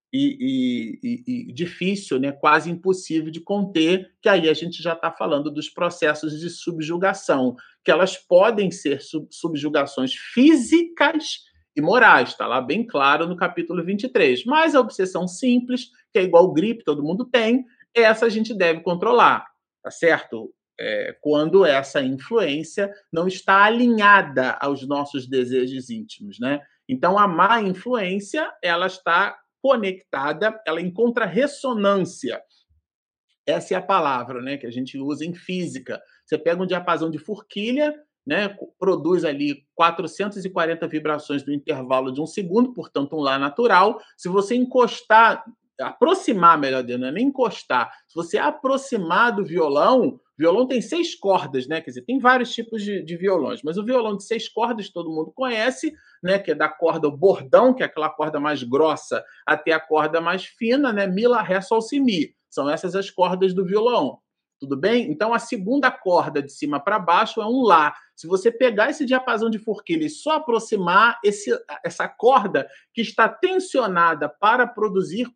e difícil, né? Quase impossível de conter, que aí a gente já está falando dos processos de subjugação, que elas podem ser subjugações físicas e morais, está lá bem claro no capítulo 23. Mas a obsessão simples, que é igual gripe, todo mundo tem, essa a gente deve controlar, tá certo? Quando essa influência não está alinhada aos nossos desejos íntimos, né? Então, a má influência, ela está conectada, ela encontra ressonância. Essa é a palavra, né, que a gente usa em física. Você pega um diapasão de forquilha, né, produz ali 440 vibrações no intervalo de um segundo, portanto, um Lá natural. Se você encostar, aproximar, melhor dizendo, não é nem encostar, se você aproximar do violão, o violão tem 6 cordas, né? Quer dizer, tem vários tipos de violões, mas o violão de 6 cordas todo mundo conhece, né? Que é da corda o bordão, que é aquela corda mais grossa, até a corda mais fina, né? Mi, lá, ré, sol, si, mi. São essas as cordas do violão. Tudo bem? Então, a segunda corda de cima para baixo é um Lá. Se você pegar esse diapasão de forquilha e só aproximar essa corda que está tensionada para produzir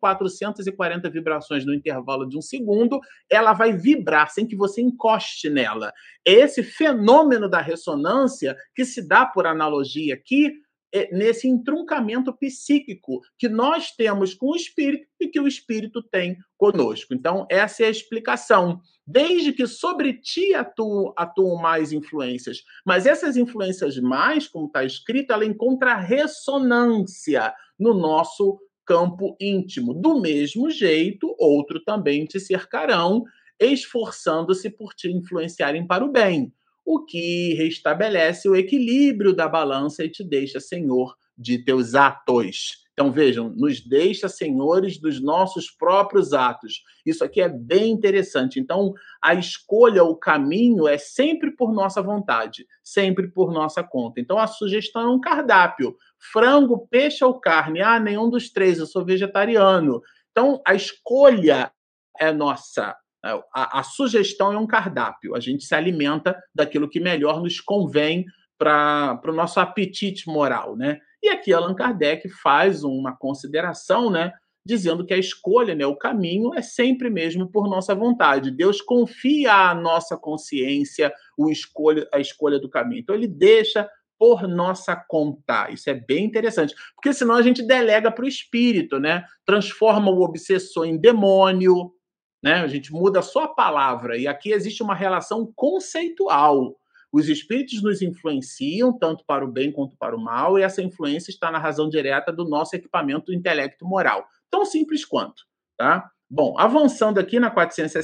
440 vibrações no intervalo de um segundo, ela vai vibrar sem que você encoste nela. É esse fenômeno da ressonância que se dá por analogia aqui nesse entroncamento psíquico que nós temos com o espírito e que o espírito tem conosco. Então, essa é a explicação. Desde que sobre ti atuam mais influências, mas essas influências mais, como está escrito, ela encontra ressonância no nosso campo íntimo. Do mesmo jeito, outro também te cercarão, esforçando-se por te influenciarem para o bem, o que restabelece o equilíbrio da balança e te deixa senhor de teus atos. Então, vejam, nos deixa senhores dos nossos próprios atos. Isso aqui é bem interessante. Então, a escolha, o caminho é sempre por nossa vontade, sempre por nossa conta. Então, a sugestão é um cardápio: frango, peixe ou carne? Ah, nenhum dos três, eu sou vegetariano. Então, a escolha é nossa. A sugestão é um cardápio. A gente se alimenta daquilo que melhor nos convém para o nosso apetite moral, né? E aqui Allan Kardec faz uma consideração, né, dizendo que a escolha, né, o caminho é sempre mesmo por nossa vontade. Deus confia à nossa consciência a escolha do caminho. Então ele deixa por nossa conta. Isso é bem interessante, porque senão a gente delega para o espírito, né? Transforma o obsessor em demônio, né? A gente muda só a palavra, e aqui existe uma relação conceitual. Os espíritos nos influenciam tanto para o bem quanto para o mal, e essa influência está na razão direta do nosso equipamento do intelecto moral. Tão simples quanto, tá? Bom, avançando aqui na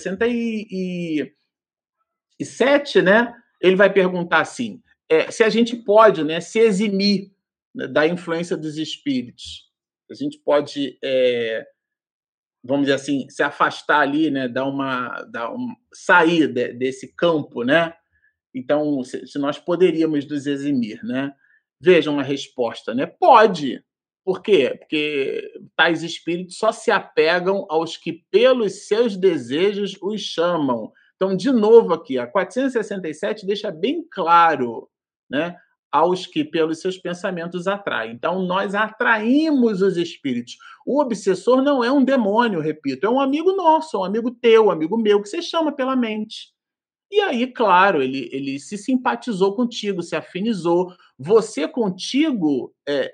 467, né? Ele vai perguntar assim, se a gente pode, né, se eximir, né, da influência dos espíritos. A gente pode vamos dizer assim, se afastar ali, né, sair desse campo, né? Então, se nós poderíamos nos eximir, né? Vejam a resposta, né? Pode. Por quê? Porque tais espíritos só se apegam aos que, pelos seus desejos, os chamam. Então, de novo aqui, a 467 deixa bem claro, né? Aos que, pelos seus pensamentos, atraem. Então, nós atraímos os espíritos. O obsessor não é um demônio, repito, é um amigo nosso, um amigo teu, um amigo meu, que você chama pela mente. E aí, claro, ele se simpatizou contigo, se afinizou. Você contigo,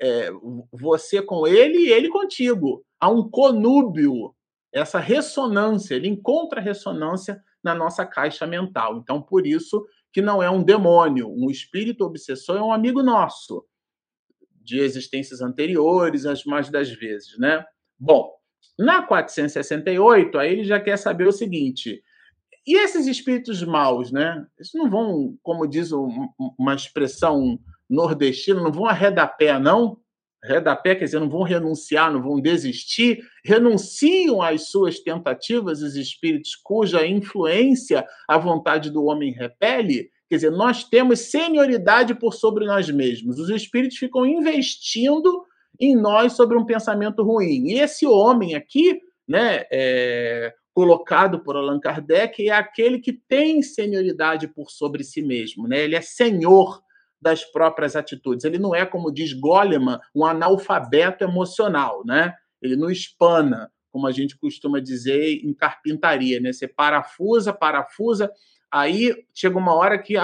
você com ele e ele contigo. Há um conúbio, essa ressonância, ele encontra ressonância na nossa caixa mental. Então, por isso que não é um demônio, um espírito obsessor é um amigo nosso, de existências anteriores, as mais das vezes, né? Bom, na 468, aí ele já quer saber o seguinte: e esses espíritos maus, né? Eles não vão, como diz uma expressão nordestina, não vão arredar pé, não? Arredar pé quer dizer, não vão renunciar, não vão desistir, renunciam às suas tentativas, os espíritos cuja influência a vontade do homem repele. Quer dizer, nós temos senioridade por sobre nós mesmos. Os espíritos ficam investindo em nós sobre um pensamento ruim. E esse homem aqui, né, colocado por Allan Kardec, é aquele que tem senioridade por sobre si mesmo, né? Ele é senhor das próprias atitudes. Ele não é, como diz Goleman, um analfabeto emocional, né? Ele não espana, como a gente costuma dizer em carpintaria, né? Você parafusa, parafusa, aí chega uma hora que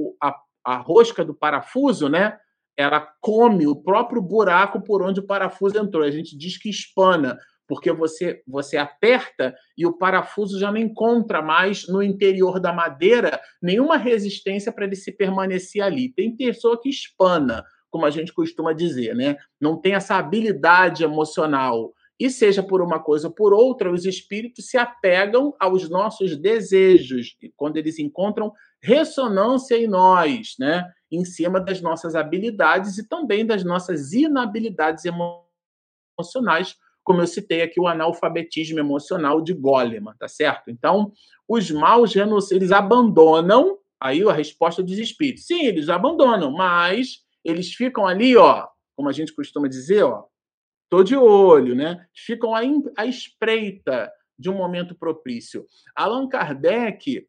a rosca do parafuso, né? Ela come o próprio buraco por onde o parafuso entrou. A gente diz que espana, porque você aperta e o parafuso já não encontra mais no interior da madeira nenhuma resistência para ele se permanecer ali. Tem pessoa que espana, como a gente costuma dizer, né? Não tem essa habilidade emocional. E seja por uma coisa ou por outra, os espíritos se apegam aos nossos desejos, quando eles encontram ressonância em nós, né? Em cima das nossas habilidades e também das nossas inabilidades emocionais, como eu citei aqui o analfabetismo emocional de Goleman, tá certo? Então, os maus eles abandonam, aí a resposta dos espíritos. Sim, eles abandonam, mas eles ficam ali, ó, como a gente costuma dizer, ó, tô de olho, né? Ficam à espreita de um momento propício. Allan Kardec,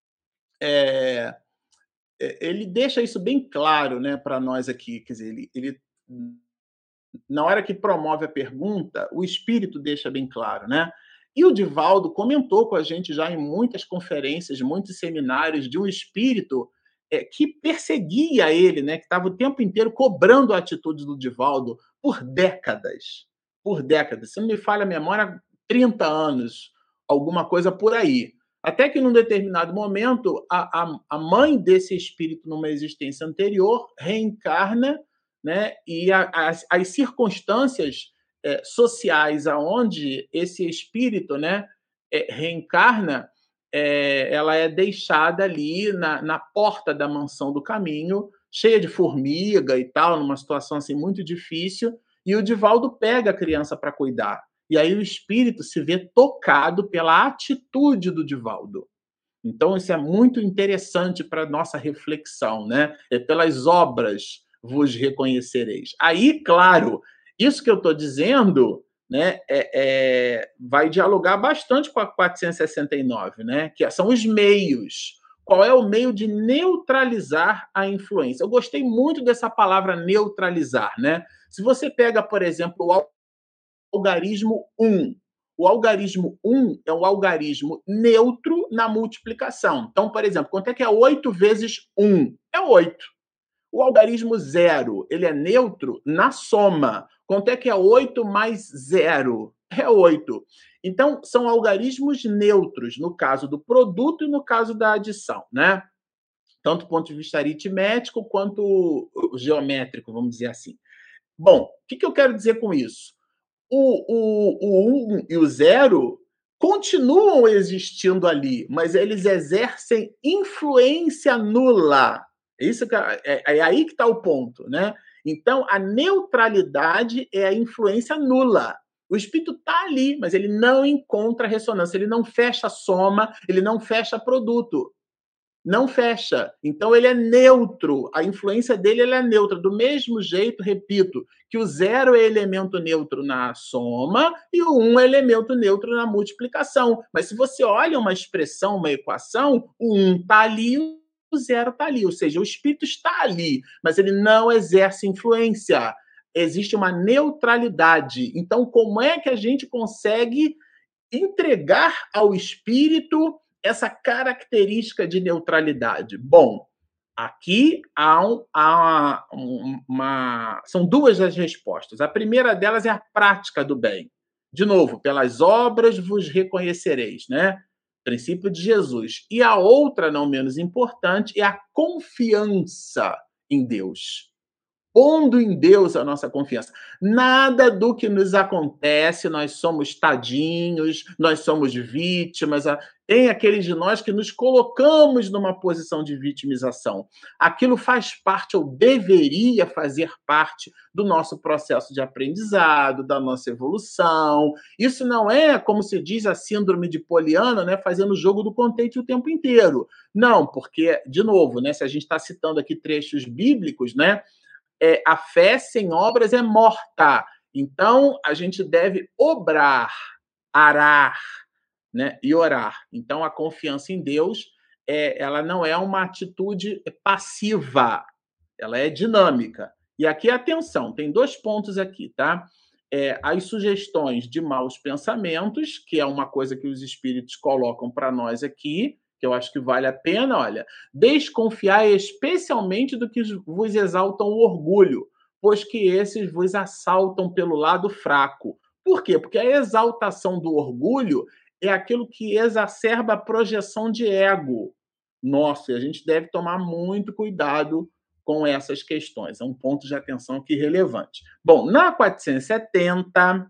é, ele deixa isso bem claro, né, para nós aqui. Quer dizer, ele na hora que promove a pergunta, o espírito deixa bem claro, né? E o Divaldo comentou com a gente já em muitas conferências, muitos seminários, de um espírito que perseguia ele, né? Que estava o tempo inteiro cobrando a atitude do Divaldo por décadas. Por décadas. Se não me falha a memória, 30 anos, alguma coisa por aí. Até que num determinado momento, a mãe desse espírito, numa existência anterior, reencarna, né? E as circunstâncias sociais aonde esse espírito, né, reencarna, ela é deixada ali na porta da mansão do caminho, cheia de formiga e tal, numa situação assim muito difícil, e o Divaldo pega a criança para cuidar. E aí o espírito se vê tocado pela atitude do Divaldo. Então, isso é muito interessante para a nossa reflexão, né? Pelas obras vos reconhecereis. Aí, claro, isso que eu estou dizendo, né, vai dialogar bastante com a 469, né? Que são os meios. Qual é o meio de neutralizar a influência? Eu gostei muito dessa palavra neutralizar, né? Se você pega, por exemplo, o algarismo 1. O algarismo 1 é um algarismo neutro na multiplicação. Então, por exemplo, quanto é que é 8 vezes 1? É 8. O algarismo 0, ele é neutro na soma. Quanto é que é 8 mais 0? É 8. Então, são algarismos neutros no caso do produto e no caso da adição, né? Tanto do ponto de vista aritmético quanto geométrico, vamos dizer assim. Bom, o que eu quero dizer com isso? O 1 e o 0 continuam existindo ali, mas eles exercem influência nula. Isso que é aí que está o ponto, né? Então, a neutralidade é a influência nula. O espírito está ali, mas ele não encontra ressonância, ele não fecha soma, ele não fecha produto. não fecha. Então ele é neutro, a influência dele ela é neutra. Do mesmo jeito, repito, que o zero é elemento neutro na soma e o um é elemento neutro na multiplicação. Mas se você olha uma expressão, uma equação, o um está ali, o zero está ali. Ou seja, o espírito está ali, mas ele não exerce influência. Existe uma neutralidade. Então, como é que a gente consegue entregar ao espírito essa característica de neutralidade? Bom, aqui são duas as respostas. A primeira delas é a prática do bem. De novo, pelas obras vos reconhecereis, né? Princípio de Jesus. E a outra, não menos importante, é a confiança em Deus, pondo em Deus a nossa confiança. Nada do que nos acontece, nós somos tadinhos, nós somos vítimas. Tem aqueles de nós que nos colocamos numa posição de vitimização. Aquilo faz parte, ou deveria fazer parte, do nosso processo de aprendizado, da nossa evolução. Isso não é, como se diz, a síndrome de Poliana, né, fazendo o jogo do contente o tempo inteiro. Não, porque, de novo, né, se a gente está citando aqui trechos bíblicos, né, a fé sem obras é morta. Então, a gente deve obrar, arar, né, e orar. Então, a confiança em Deus, ela não é uma atitude passiva, ela é dinâmica. E aqui, atenção, tem 2 pontos aqui, tá? As sugestões de maus pensamentos, que é uma coisa que os espíritos colocam para nós aqui, que eu acho que vale a pena, olha, desconfiar especialmente do que vos exaltam o orgulho, pois que esses vos assaltam pelo lado fraco. Por quê? Porque a exaltação do orgulho é aquilo que exacerba a projeção de ego. Nossa, e a gente deve tomar muito cuidado com essas questões. É um ponto de atenção aqui relevante. Bom, na 470,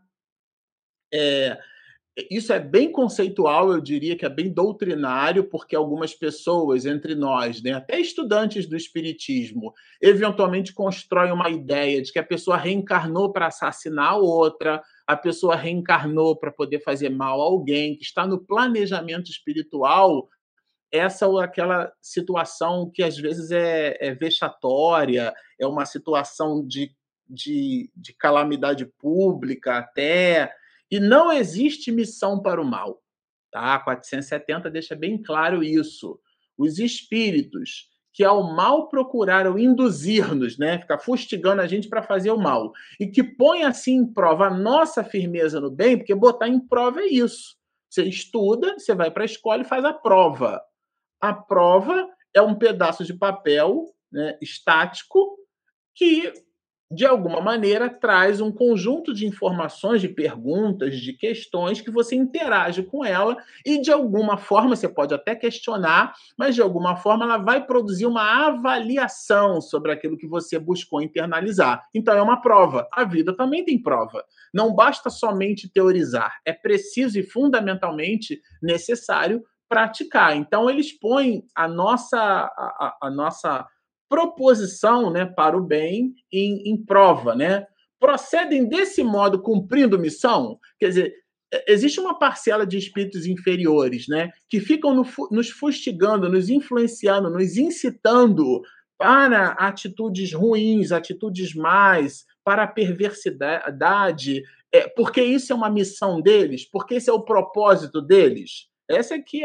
isso é bem conceitual, eu diria que é bem doutrinário, porque algumas pessoas entre nós, né, até estudantes do espiritismo, eventualmente constroem uma ideia de que a pessoa reencarnou para assassinar a outra, a pessoa reencarnou para poder fazer mal a alguém, que está no planejamento espiritual essa ou aquela situação que às vezes é vexatória, é uma situação de calamidade pública até, e não existe missão para o mal. Tá? 470 deixa bem claro isso. Os espíritos que ao mal procuraram induzir-nos, né, ficar fustigando a gente para fazer o mal, e que põe assim em prova a nossa firmeza no bem, porque botar em prova é isso. Você estuda, você vai para a escola e faz a prova. A prova é um pedaço de papel, né, estático que, de alguma maneira, traz um conjunto de informações, de perguntas, de questões que você interage com ela e, de alguma forma, você pode até questionar, mas, de alguma forma, ela vai produzir uma avaliação sobre aquilo que você buscou internalizar. Então, é uma prova. A vida também tem prova. Não basta somente teorizar. É preciso e fundamentalmente necessário praticar. Então, eles põem a nossa proposição, né, para o bem em prova, né? Procedem desse modo cumprindo missão? Quer dizer, existe uma parcela de espíritos inferiores, né, que ficam nos fustigando, nos influenciando, nos incitando para atitudes ruins, atitudes más, para a perversidade, porque isso é uma missão deles, porque esse é o propósito deles. Essa aqui é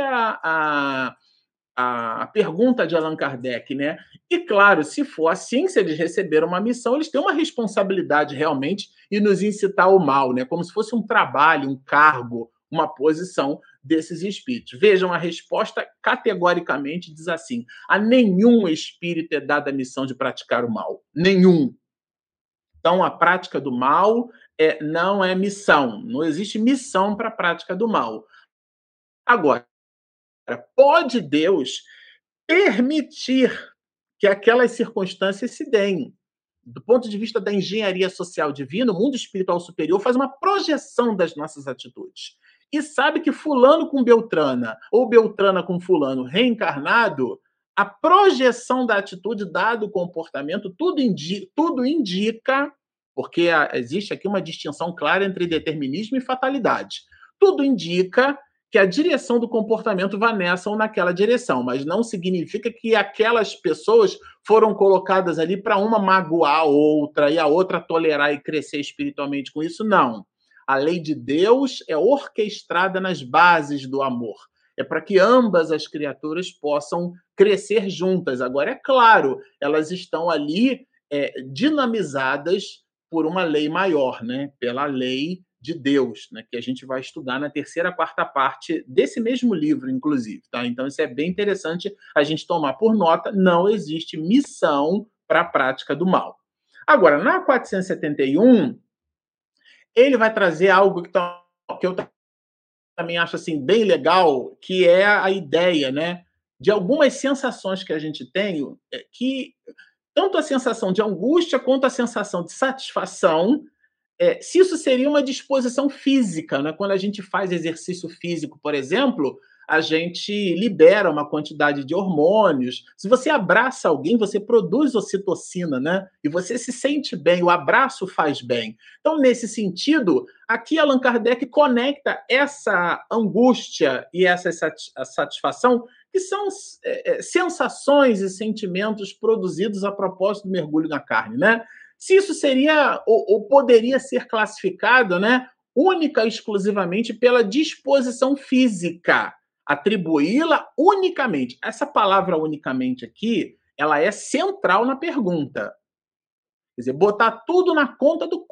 a pergunta de Allan Kardec, né? E claro, se for assim, se eles receberam uma missão, eles têm uma responsabilidade realmente em nos incitar ao mal, né? Como se fosse um trabalho, um cargo, uma posição desses espíritos. Vejam, a resposta categoricamente diz assim: a nenhum espírito é dada a missão de praticar o mal. Nenhum. Então, a prática do mal não é missão. Não existe missão para a prática do mal. Agora, pode Deus permitir que aquelas circunstâncias se deem. Do ponto de vista da engenharia social divina, o mundo espiritual superior faz uma projeção das nossas atitudes. E sabe que fulano com Beltrana, ou Beltrana com fulano reencarnado, a projeção da atitude, dado o comportamento, tudo indica, porque existe aqui uma distinção clara entre determinismo e fatalidade. Tudo indica que a direção do comportamento vá nessa ou naquela direção, mas não significa que aquelas pessoas foram colocadas ali para uma magoar a outra e a outra tolerar e crescer espiritualmente com isso, não. A lei de Deus é orquestrada nas bases do amor. É para que ambas as criaturas possam crescer juntas. Agora, é claro, elas estão ali dinamizadas por uma lei maior, né? Pela lei de Deus, né? Que a gente vai estudar na terceira, quarta parte desse mesmo livro, inclusive. Tá? Então, isso é bem interessante a gente tomar por nota. Não existe missão para a prática do mal. Agora, na 471, ele vai trazer algo que eu também acho assim, bem legal, que é a ideia, né, de algumas sensações que a gente tem, que tanto a sensação de angústia quanto a sensação de satisfação, se isso seria uma disposição física, né? Quando a gente faz exercício físico, por exemplo, a gente libera uma quantidade de hormônios. Se você abraça alguém, você produz ocitocina, né? E você se sente bem, o abraço faz bem. Então, nesse sentido, aqui Allan Kardec conecta essa angústia e essa satisfação, que são sensações e sentimentos produzidos a propósito do mergulho na carne, né? Se isso seria ou poderia ser classificado, né, única e exclusivamente pela disposição física, atribuí-la unicamente. Essa palavra unicamente aqui, ela é central na pergunta. Quer dizer, botar tudo na conta do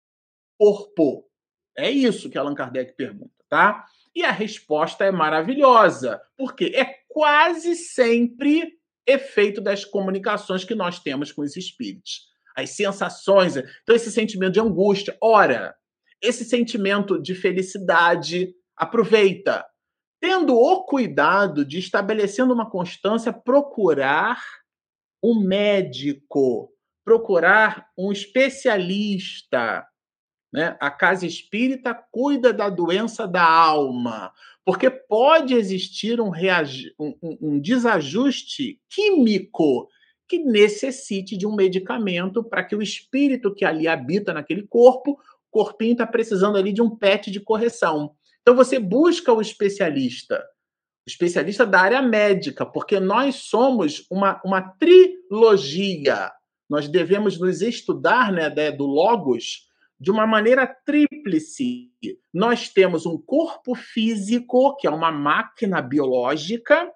corpo. É isso que Allan Kardec pergunta, tá? E a resposta é maravilhosa, porque é quase sempre efeito das comunicações que nós temos com os espíritos. As sensações, então esse sentimento de angústia, ora, esse sentimento de felicidade, aproveita, tendo o cuidado de, estabelecendo uma constância, procurar um médico, procurar um especialista, né? A casa espírita cuida da doença da alma, porque pode existir um desajuste químico que necessite de um medicamento para que o espírito que ali habita naquele corpo, o corpinho está precisando ali de um PET de correção. Então você busca o especialista da área médica, porque nós somos uma trilogia. Nós devemos nos estudar, né, do Logos, de uma maneira tríplice. Nós temos um corpo físico, que é uma máquina biológica,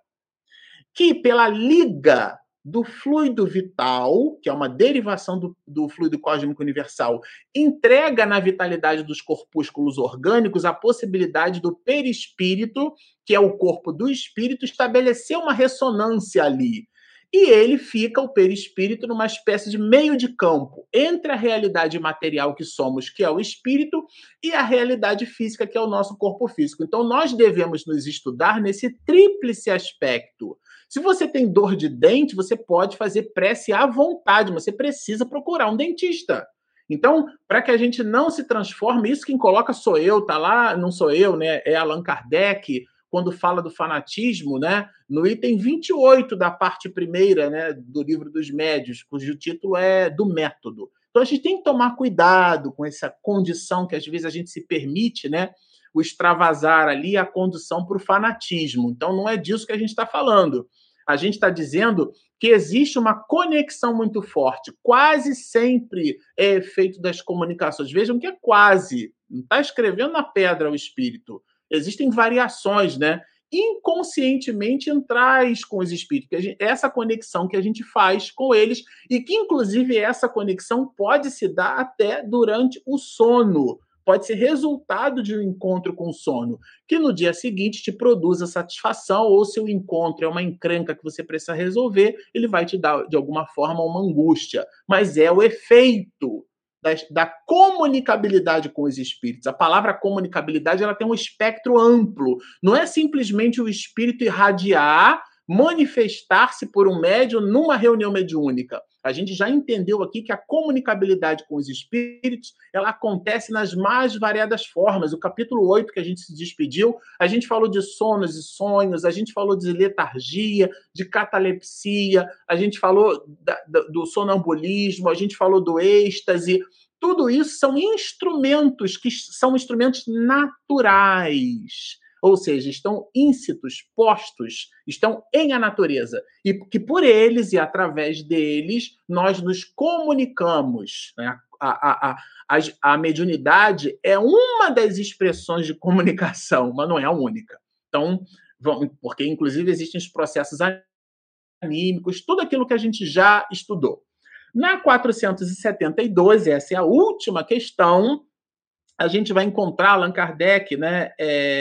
que pela liga do fluido vital, que é uma derivação do fluido cósmico universal, entrega na vitalidade dos corpúsculos orgânicos a possibilidade do perispírito, que é o corpo do espírito, estabelecer uma ressonância ali. E ele fica, o perispírito, numa espécie de meio de campo entre a realidade material que somos, que é o espírito, e a realidade física, que é o nosso corpo físico. Então, nós devemos nos estudar nesse tríplice aspecto. Se você tem dor de dente, você pode fazer prece à vontade, mas você precisa procurar um dentista. Então, para que a gente não se transforme, isso quem coloca sou eu, tá lá, não sou eu, né? É Allan Kardec, quando fala do fanatismo, né? No item 28 da parte primeira, né, do Livro dos Médiuns, cujo título é do método. Então, a gente tem que tomar cuidado com essa condição que às vezes a gente se permite, né? O extravasar ali, a condução para o fanatismo. Então, não é disso que a gente está falando. A gente está dizendo que existe uma conexão muito forte. Quase sempre é efeito das comunicações. Vejam que é quase. Não está escrevendo na pedra o espírito. Existem variações, né? Inconscientemente entrais com os espíritos. Essa conexão que a gente faz com eles e que, inclusive, essa conexão pode se dar até durante o sono. Pode ser resultado de um encontro com o sono, que no dia seguinte te produza satisfação, ou se o encontro é uma encrenca que você precisa resolver, ele vai te dar, de alguma forma, uma angústia. Mas é o efeito da comunicabilidade com os espíritos. A palavra comunicabilidade, ela tem um espectro amplo. Não é simplesmente o espírito irradiar, manifestar-se por um médium numa reunião mediúnica. A gente já entendeu aqui que a comunicabilidade com os espíritos, ela acontece nas mais variadas formas. O capítulo 8, que a gente se despediu, a gente falou de sonos e sonhos, a gente falou de letargia, de catalepsia, a gente falou do sonambulismo, a gente falou do êxtase. Tudo isso são instrumentos que são instrumentos naturais. ou seja, estão íncitos, postos, estão em a natureza, e que por eles e através deles nós nos comunicamos, né? A mediunidade é uma das expressões de comunicação, mas não é a única. Então, porque inclusive existem os processos anímicos, tudo aquilo que a gente já estudou. Na 472, essa é a última questão, a gente vai encontrar Allan Kardec, né,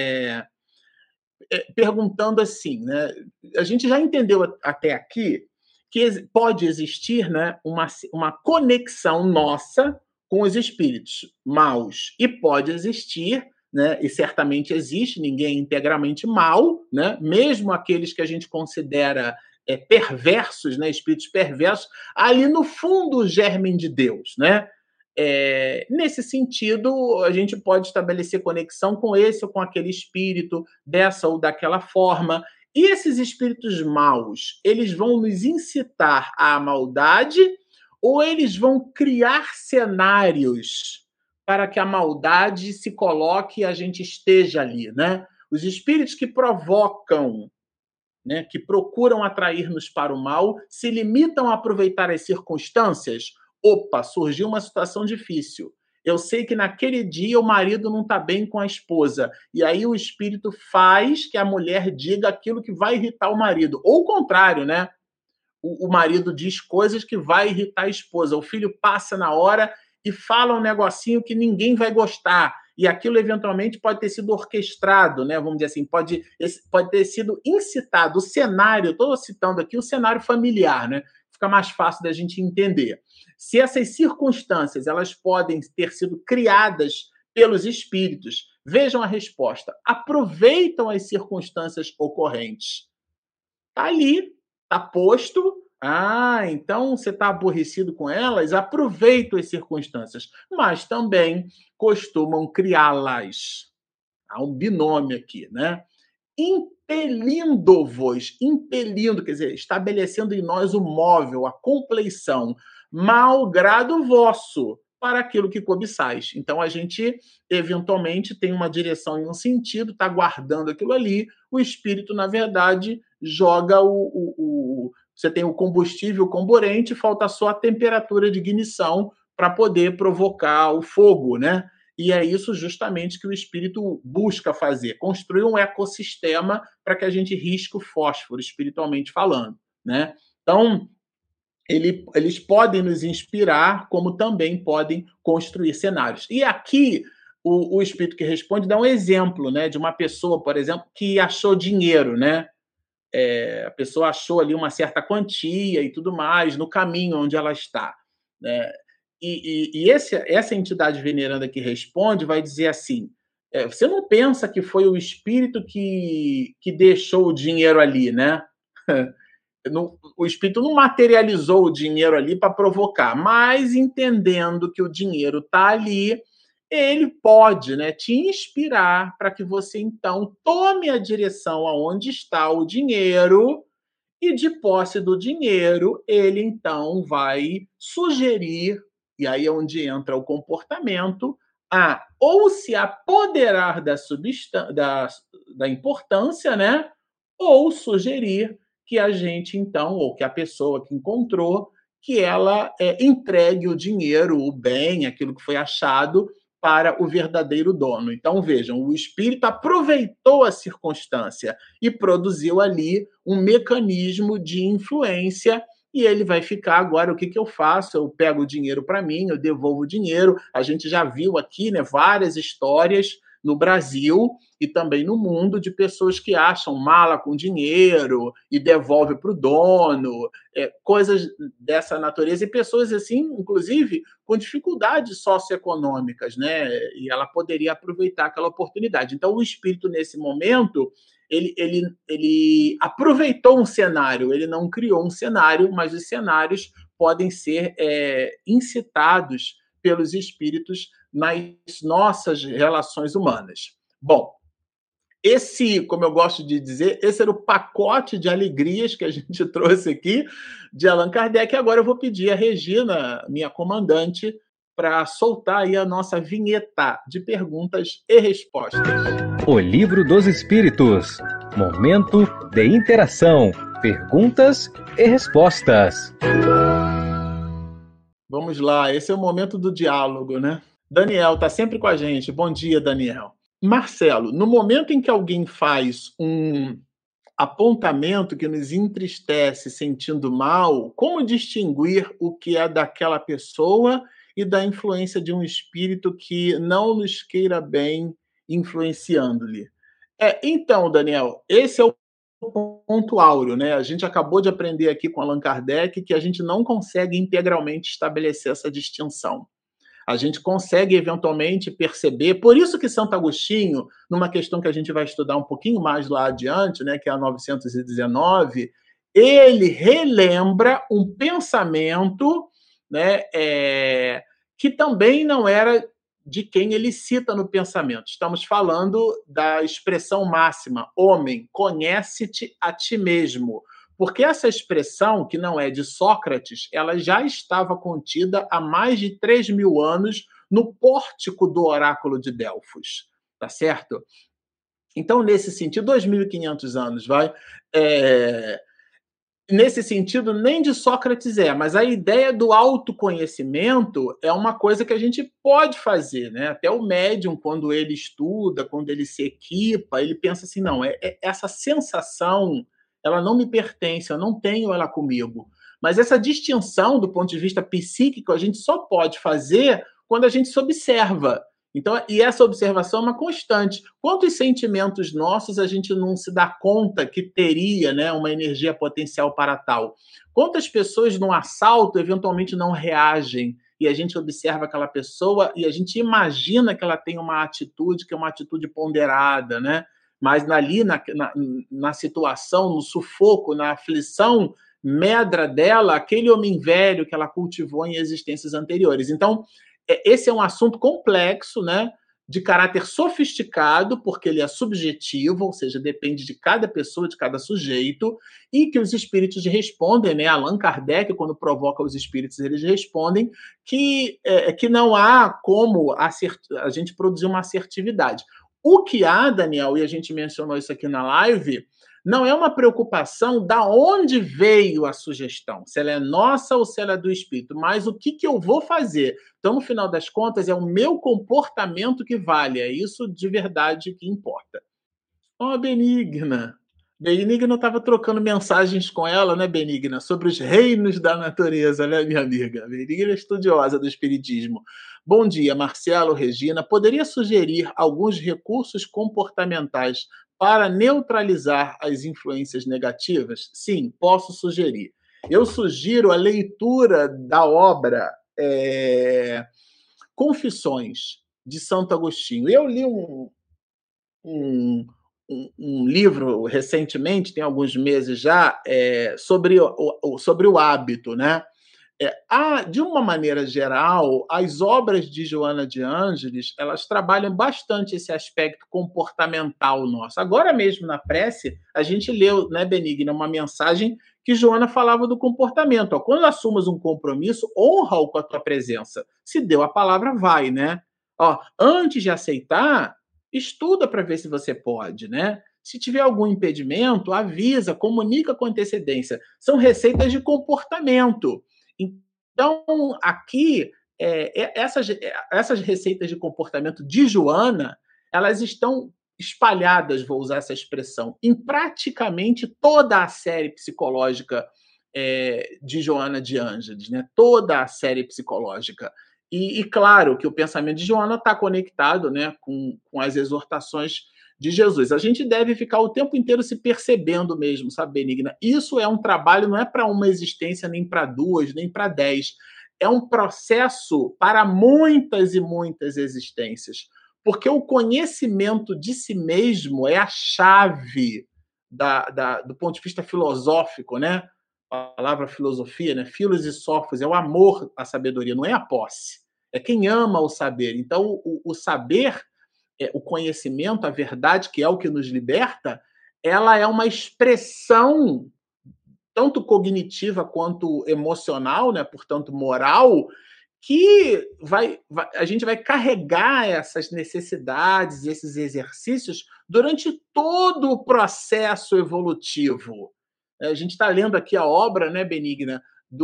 perguntando assim, né, a gente já entendeu até aqui que pode existir, né, uma conexão nossa com os espíritos maus, e pode existir, né, e certamente existe, ninguém é integralmente mal, né, mesmo aqueles que a gente considera perversos, né, espíritos perversos, ali no fundo o germe de Deus, né? Nesse sentido, a gente pode estabelecer conexão com esse ou com aquele espírito, dessa ou daquela forma. E esses espíritos maus, eles vão nos incitar à maldade ou eles vão criar cenários para que a maldade se coloque e a gente esteja ali, né? Os espíritos que provocam, né, que procuram atrair-nos para o mal, se limitam a aproveitar as circunstâncias. Opa, surgiu uma situação difícil. Eu sei que naquele dia o marido não está bem com a esposa. E aí o espírito faz que a mulher diga aquilo que vai irritar o marido. Ou o contrário, né? O marido diz coisas que vai irritar a esposa. O filho passa na hora e fala um negocinho que ninguém vai gostar. E aquilo eventualmente pode ter sido orquestrado, né? Vamos dizer assim, pode ter sido incitado. O cenário, estou citando aqui o cenário familiar, né? Fica mais fácil da gente entender. Se essas circunstâncias elas podem ter sido criadas pelos espíritos, vejam a resposta. Aproveitam as circunstâncias ocorrentes. Está ali, está posto. Ah, então você está aborrecido com elas? Aproveita as circunstâncias, mas também costumam criá-las. Há um binômio aqui, né? Impelindo-vos, impelindo, quer dizer, estabelecendo em nós o móvel, a compleição, malgrado vosso, para aquilo que cobiçais. Então a gente eventualmente tem uma direção em um sentido, está guardando aquilo ali, o espírito, na verdade, joga você tem o combustível, o comburente, falta só a temperatura de ignição para poder provocar o fogo, né? E é isso justamente que o espírito busca fazer, construir um ecossistema para que a gente risque o fósforo, espiritualmente falando, né? Então, eles podem nos inspirar, como também podem construir cenários. E aqui, o espírito que responde dá um exemplo, né, de uma pessoa, por exemplo, que achou dinheiro, né? A pessoa achou ali uma certa quantia e tudo mais no caminho onde ela está, né? Essa entidade veneranda que responde vai dizer assim: você não pensa que foi o espírito que deixou o dinheiro ali, né? O espírito não materializou o dinheiro ali para provocar, mas entendendo que o dinheiro está ali, ele pode, né, te inspirar para que você então tome a direção aonde está o dinheiro e de posse do dinheiro ele então vai sugerir, e aí é onde entra o comportamento, a ou se apoderar da importância, né, ou sugerir que a gente então, ou que a pessoa que encontrou, que ela entregue o dinheiro, o bem, aquilo que foi achado, para o verdadeiro dono. Então, vejam, o espírito aproveitou a circunstância e produziu ali um mecanismo de influência, e ele vai ficar agora, o que eu faço? Eu pego o dinheiro para mim, eu devolvo o dinheiro. A gente já viu aqui, né, várias histórias no Brasil e também no mundo de pessoas que acham mala com dinheiro e devolve para o dono, coisas dessa natureza, e pessoas assim, inclusive, com dificuldades socioeconômicas, né? E ela poderia aproveitar aquela oportunidade. Então, o espírito, nesse momento, ele aproveitou um cenário, ele não criou um cenário, mas os cenários podem ser incitados pelos espíritos nas nossas relações humanas. Bom, como eu gosto de dizer, esse era o pacote de alegrias que a gente trouxe aqui de Allan Kardec. Agora eu vou pedir a Regina, minha comandante, para soltar aí a nossa vinheta de perguntas e respostas. O Livro dos Espíritos. Momento de interação, perguntas e respostas. Vamos lá, esse é o momento do diálogo, né? Daniel está sempre com a gente. Bom dia, Daniel. Marcelo, no momento em que alguém faz um apontamento que nos entristece, sentindo mal, como distinguir o que é daquela pessoa e da influência de um espírito que não nos queira bem, influenciando-lhe? Então, Daniel, esse é o ponto áureo, né? A gente acabou de aprender aqui com Allan Kardec que a gente não consegue integralmente estabelecer essa distinção. A gente consegue eventualmente perceber, por isso que Santo Agostinho, numa questão que a gente vai estudar um pouquinho mais lá adiante, né, que é a 919, ele relembra um pensamento, né, que também não era de quem ele cita no pensamento. Estamos falando da expressão máxima: homem, conhece-te a ti mesmo. Porque essa expressão, que não é de Sócrates, ela já estava contida há mais de 3.000 anos no pórtico do oráculo de Delfos, tá certo? Então, nesse sentido, 2.500 anos, vai. Nesse sentido, nem de Sócrates mas a ideia do autoconhecimento é uma coisa que a gente pode fazer, né? Até o médium, quando ele estuda, quando ele se equipa, ele pensa assim, não, essa sensação, ela não me pertence, eu não tenho ela comigo. Mas essa distinção, do ponto de vista psíquico, a gente só pode fazer quando a gente se observa. Então, e essa observação é uma constante. Quantos sentimentos nossos a gente não se dá conta que teria, né, uma energia potencial para tal? Quantas pessoas num assalto eventualmente não reagem e a gente observa aquela pessoa e a gente imagina que ela tem uma atitude que é uma atitude ponderada, né? Mas ali na situação, no sufoco, na aflição, medra dela aquele homem velho que ela cultivou em existências anteriores. Então, esse é um assunto complexo, né? De caráter sofisticado, porque ele é subjetivo, ou seja, depende de cada pessoa, de cada sujeito, e que os espíritos respondem, né? Allan Kardec, quando provoca os espíritos, eles respondem que não há como a gente produzir uma assertividade. O que há, Daniel, e a gente mencionou isso aqui na live, não é uma preocupação da onde veio a sugestão, se ela é nossa ou se ela é do espírito, mas o que eu vou fazer. Então, no final das contas, é o meu comportamento que vale, é isso de verdade que importa. Ó, Benigna. Benigna estava trocando mensagens com ela, né, Benigna, sobre os reinos da natureza, né, minha amiga? Benigna é estudiosa do espiritismo. Bom dia, Marcelo, Regina. Poderia sugerir alguns recursos comportamentais para neutralizar as influências negativas? Sim, posso sugerir. Eu sugiro a leitura da obra Confissões, de Santo Agostinho. Eu li um, um livro recentemente, tem alguns meses já, sobre o hábito, né? De uma maneira geral, as obras de Joana de Ângeles, elas trabalham bastante esse aspecto comportamental nosso. Agora mesmo na prece, a gente leu, né, Benigna, uma mensagem que Joana falava do comportamento. Ó, quando assumas um compromisso, honra-o com a tua presença. Se deu a palavra, vai, né? Ó, antes de aceitar, estuda para ver se você pode, né? Se tiver algum impedimento, avisa, comunica com antecedência. São receitas de comportamento. Então, aqui, essas receitas de comportamento de Joana, elas estão espalhadas, vou usar essa expressão, em praticamente toda a série psicológica de Joana de Ângeles, né? Toda a série psicológica. E claro que o pensamento de Joana está conectado, né, com as exortações de Jesus. A gente deve ficar o tempo inteiro se percebendo mesmo, sabe, Benigna? Isso é um trabalho, não é para uma existência, nem para duas, nem para 10. É um processo para muitas e muitas existências. Porque o conhecimento de si mesmo é a chave do ponto de vista filosófico, né? A palavra filosofia, né? Philos e Sophos, é o amor à sabedoria, não é a posse. É quem ama o saber. Então, o saber, o conhecimento, a verdade, que é o que nos liberta, ela é uma expressão tanto cognitiva quanto emocional, né, portanto moral, a gente vai carregar essas necessidades, esses exercícios, durante todo o processo evolutivo. A gente está lendo aqui a obra, né, Benigna,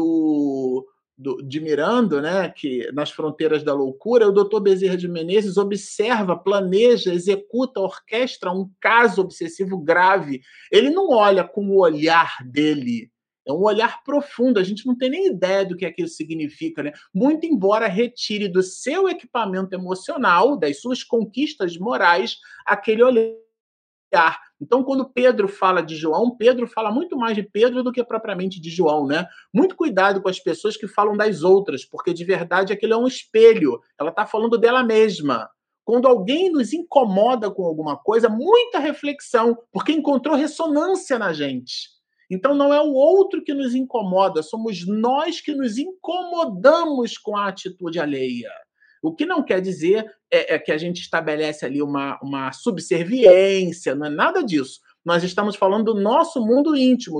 de Miranda, né, que Nas Fronteiras da Loucura, o Dr. Bezerra de Menezes observa, planeja, executa, orquestra um caso obsessivo grave. Ele não olha com o olhar dele, é um olhar profundo, a gente não tem nem ideia do que aquilo significa, né? Muito embora retire do seu equipamento emocional, das suas conquistas morais, aquele olhar. Então, quando Pedro fala de João, Pedro fala muito mais de Pedro do que propriamente de João, né? Muito cuidado com as pessoas que falam das outras, porque de verdade aquilo é um espelho, ela está falando dela mesma. Quando alguém nos incomoda com alguma coisa, muita reflexão, porque encontrou ressonância na gente. Então não é o outro que nos incomoda, somos nós que nos incomodamos com a atitude alheia. O que não quer dizer que a gente estabelece ali uma subserviência, não é nada disso. Nós estamos falando do nosso mundo íntimo,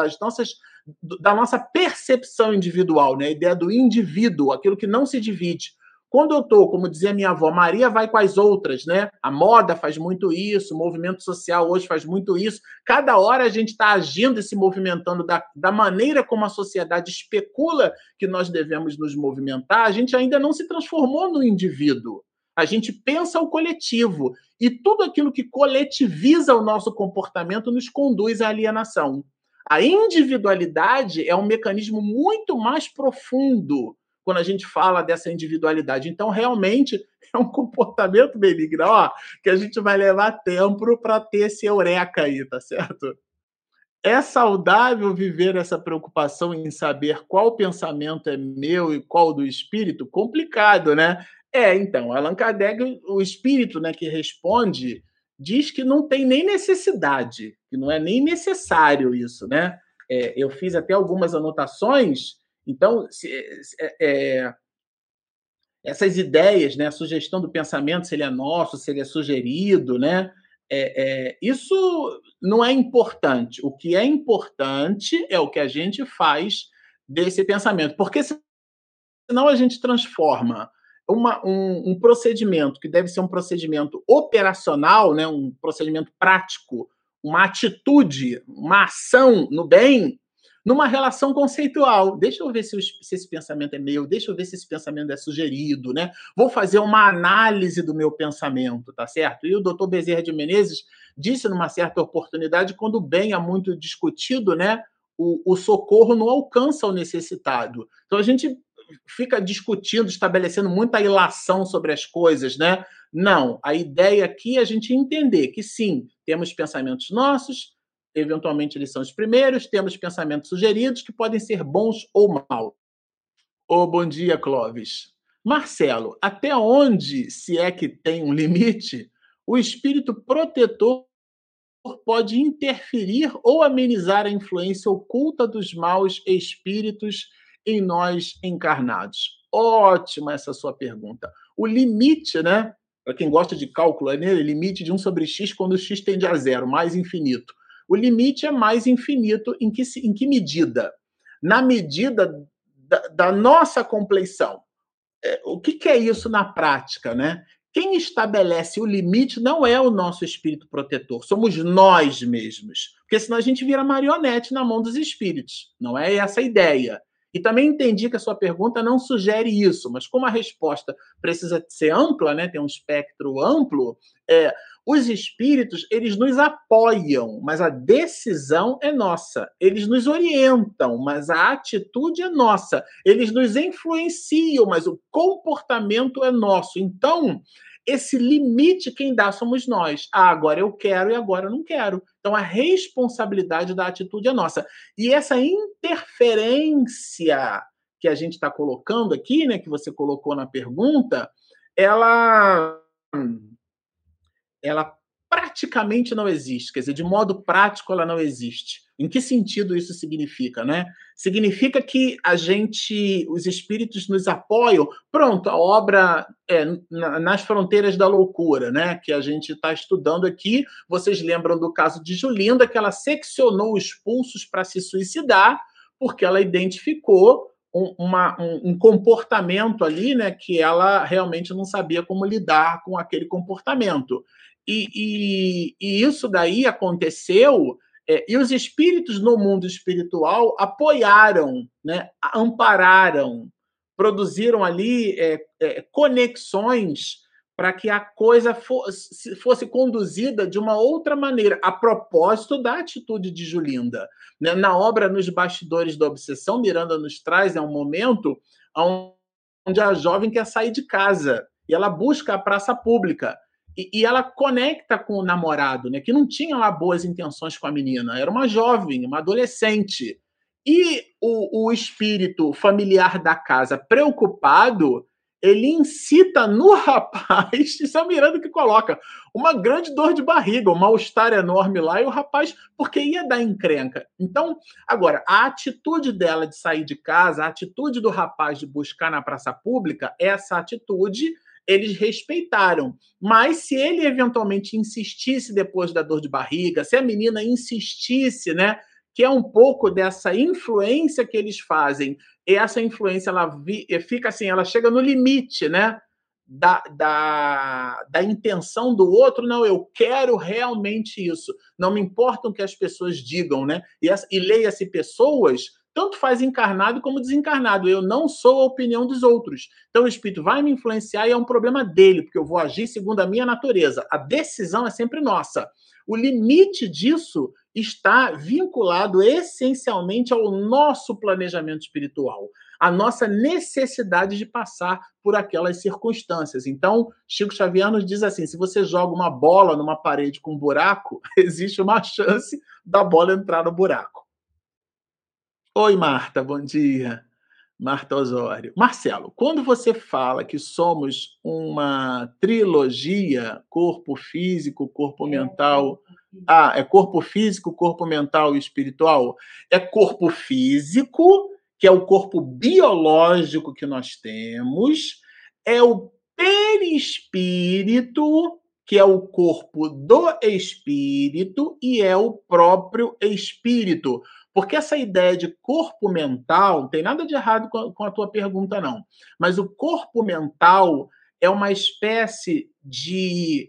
da nossa percepção individual, né? A ideia do indivíduo, aquilo que não se divide. Quando eu estou, como dizia minha avó, Maria vai com as outras, né? A moda faz muito isso, o movimento social hoje faz muito isso. Cada hora a gente está agindo e se movimentando da maneira como a sociedade especula que nós devemos nos movimentar, a gente ainda não se transformou no indivíduo. A gente pensa o coletivo. E tudo aquilo que coletiviza o nosso comportamento nos conduz à alienação. A individualidade é um mecanismo muito mais profundo quando a gente fala dessa individualidade. Então, realmente, é um comportamento, Benigna, que a gente vai levar tempo para ter esse eureka aí, tá certo? É saudável viver essa preocupação em saber qual pensamento é meu e qual do espírito? Complicado, né? Então, Allan Kardec, o espírito, né, que responde, diz que não tem nem necessidade, que não é nem necessário isso, né? Eu fiz até algumas anotações, então, essas ideias, né, a sugestão do pensamento, se ele é nosso, se ele é sugerido, né, isso não é importante. O que é importante é o que a gente faz desse pensamento, porque senão a gente transforma um procedimento que deve ser um procedimento operacional, né, um procedimento prático, uma atitude, uma ação no bem, numa relação conceitual. Deixa eu ver se esse pensamento é meu, deixa eu ver se esse pensamento é sugerido, né? Vou fazer uma análise do meu pensamento, tá certo? E o doutor Bezerra de Menezes disse numa certa oportunidade, quando o bem é muito discutido, né, o socorro não alcança o necessitado. Então a gente fica discutindo, estabelecendo muita ilação sobre as coisas, né? Não, a ideia aqui é a gente entender que sim, temos pensamentos nossos, eventualmente eles são os primeiros, temos pensamentos sugeridos que podem ser bons ou maus. Bom dia, Clóvis. Marcelo, até onde, se é que tem um limite, o espírito protetor pode interferir ou amenizar a influência oculta dos maus espíritos em nós encarnados? Ótima essa sua pergunta. O limite, né? Para quem gosta de cálculo, é limite de 1 sobre x quando x tende a zero, mais infinito. O limite é mais infinito em que medida? Na medida da nossa compleição. O que é isso na prática, né? Quem estabelece o limite não é o nosso espírito protetor, somos nós mesmos. Porque senão a gente vira marionete na mão dos espíritos. Não é essa a ideia. E também entendi que a sua pergunta não sugere isso, mas como a resposta precisa ser ampla, né, tem um espectro amplo, os espíritos, eles nos apoiam, mas a decisão é nossa. Eles nos orientam, mas a atitude é nossa. Eles nos influenciam, mas o comportamento é nosso. Então, esse limite quem dá somos nós. Agora eu quero e agora eu não quero. Então, a responsabilidade da atitude é nossa. E essa interferência que a gente está colocando aqui, né, que você colocou na pergunta, ela praticamente não existe. Quer dizer, de modo prático, ela não existe. Em que sentido isso significa, né? Significa que os espíritos nos apoiam. Pronto, a obra Nas Fronteiras da Loucura, né? Que a gente está estudando aqui. Vocês lembram do caso de Julinda, que ela seccionou os pulsos para se suicidar, porque ela identificou um comportamento ali, né, que ela realmente não sabia como lidar com aquele comportamento. E isso daí aconteceu, e os espíritos no mundo espiritual apoiaram, né, ampararam, produziram ali conexões para que a coisa fosse conduzida de uma outra maneira, a propósito da atitude de Julinda. Né? Na obra Nos Bastidores da Obsessão, Miranda nos traz um momento onde a jovem quer sair de casa e ela busca a praça pública. E ela conecta com o namorado, né, que não tinha lá boas intenções com a menina, era uma jovem, uma adolescente. E o espírito familiar da casa, preocupado, ele incita no rapaz, isso é o Miranda que coloca, uma grande dor de barriga, um mal-estar enorme lá, e o rapaz, porque ia dar encrenca. Então, agora, a atitude dela de sair de casa, a atitude do rapaz de buscar na praça pública, essa atitude eles respeitaram. Mas se ele eventualmente insistisse depois da dor de barriga, se a menina insistisse, né, que é um pouco dessa influência que eles fazem, e essa influência ela fica assim, ela chega no limite, né, da intenção do outro, não, eu quero realmente isso, não me importam o que as pessoas digam, né? E leia-se pessoas, tanto faz encarnado como desencarnado, eu não sou a opinião dos outros. Então o espírito vai me influenciar e é um problema dele, porque eu vou agir segundo a minha natureza. A decisão é sempre nossa. O limite disso está vinculado essencialmente ao nosso planejamento espiritual, a nossa necessidade de passar por aquelas circunstâncias. Então, Chico Xavier nos diz assim: se você joga uma bola numa parede com um buraco, existe uma chance da bola entrar no buraco. Oi, Marta, bom dia. Marta Osório. Marcelo, quando você fala que somos uma trilogia, corpo físico, corpo mental. Ah, é corpo físico, corpo mental e espiritual? É corpo físico, que é o corpo biológico que nós temos, é o perispírito, que é o corpo do espírito, e é o próprio espírito. Porque essa ideia de corpo mental, não tem nada de errado com a tua pergunta, não. Mas o corpo mental é uma espécie de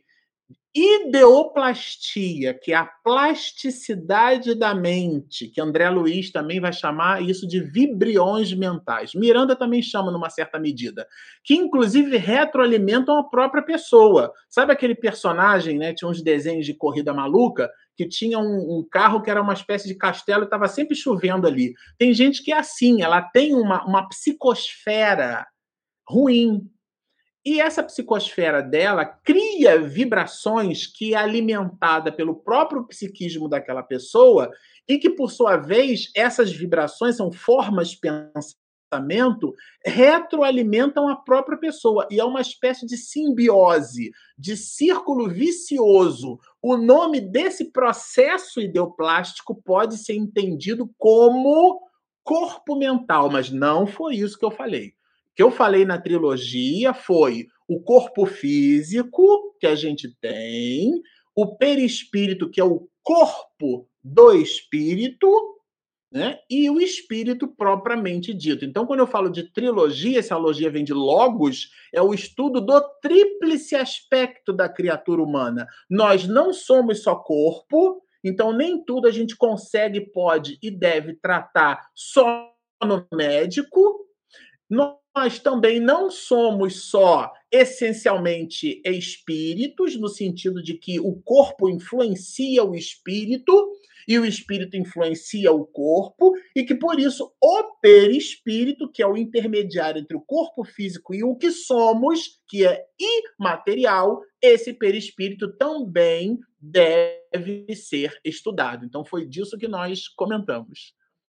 ideoplastia, que é a plasticidade da mente, que André Luiz também vai chamar isso de vibriões mentais. Miranda também chama numa certa medida, que inclusive retroalimentam a própria pessoa. Sabe aquele personagem, né? Tinha uns desenhos de corrida maluca que tinha um carro que era uma espécie de castelo e estava sempre chovendo ali. Tem gente que é assim, ela tem uma psicosfera ruim. E essa psicosfera dela cria vibrações que é alimentada pelo próprio psiquismo daquela pessoa e que, por sua vez, essas vibrações são formas de pensamento, retroalimentam a própria pessoa. E é uma espécie de simbiose, de círculo vicioso. O nome desse processo ideoplástico pode ser entendido como corpo mental, mas não foi isso que eu falei. O que eu falei na trilogia foi o corpo físico que a gente tem, o perispírito, que é o corpo do espírito, né? E o espírito propriamente dito. Então, quando eu falo de trilogia, essa logia vem de logos, é o estudo do tríplice aspecto da criatura humana. Nós não somos só corpo, então nem tudo a gente consegue, pode e deve tratar só no médico. Nós também não somos só essencialmente espíritos, no sentido de que o corpo influencia o espírito e o espírito influencia o corpo, e que por isso o perispírito, que é o intermediário entre o corpo físico e o que somos, que é imaterial, esse perispírito também deve ser estudado. Então foi disso que nós comentamos.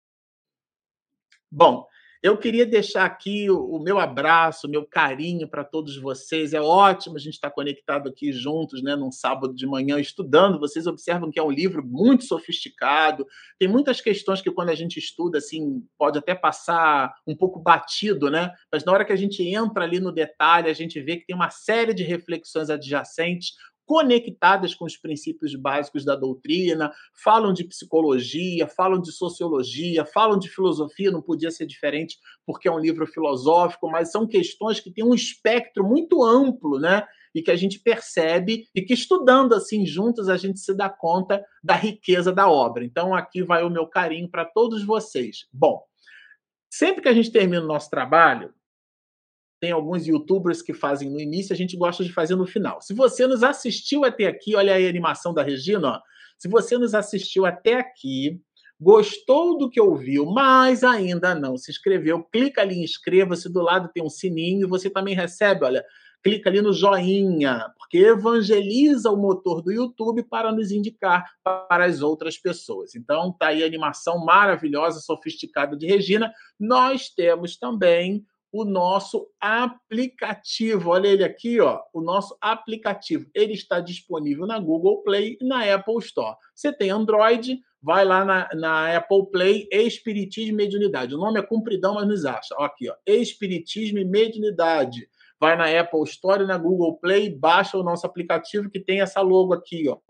Bom, eu queria deixar aqui o meu abraço, o meu carinho para todos vocês. É ótimo a gente estar conectado aqui juntos, né, num sábado de manhã, estudando. Vocês observam que é um livro muito sofisticado. Tem muitas questões que, quando a gente estuda, assim, pode até passar um pouco batido, né? Mas na hora que a gente entra ali no detalhe, a gente vê que tem uma série de reflexões adjacentes. conectadas com os princípios básicos da doutrina, falam de psicologia, falam de sociologia, falam de filosofia, não podia ser diferente porque é um livro filosófico, mas são questões que têm um espectro muito amplo, né? E que a gente percebe e que estudando assim juntos a gente se dá conta da riqueza da obra. Então aqui vai o meu carinho para todos vocês. Bom, sempre que a gente termina o nosso trabalho, tem alguns youtubers que fazem no início, a gente gosta de fazer no final. Se você nos assistiu até aqui, olha aí a animação da Regina, ó. Se você nos assistiu até aqui, gostou do que ouviu, mas ainda não se inscreveu, clica ali em inscreva-se, do lado tem um sininho, e você também recebe, olha, clica ali no joinha, porque evangeliza o motor do YouTube para nos indicar para as outras pessoas. Então, tá aí a animação maravilhosa, sofisticada de Regina. Nós temos também o nosso aplicativo. Olha ele aqui, ó, o nosso aplicativo. Ele está disponível na Google Play e na Apple Store. Você tem Android, vai lá na Apple Play, Espiritismo e Mediunidade. O nome é compridão, mas nos acha. Ó, aqui, ó, Espiritismo e Mediunidade. Vai na Apple Store e na Google Play, baixa o nosso aplicativo que tem essa logo aqui, ó.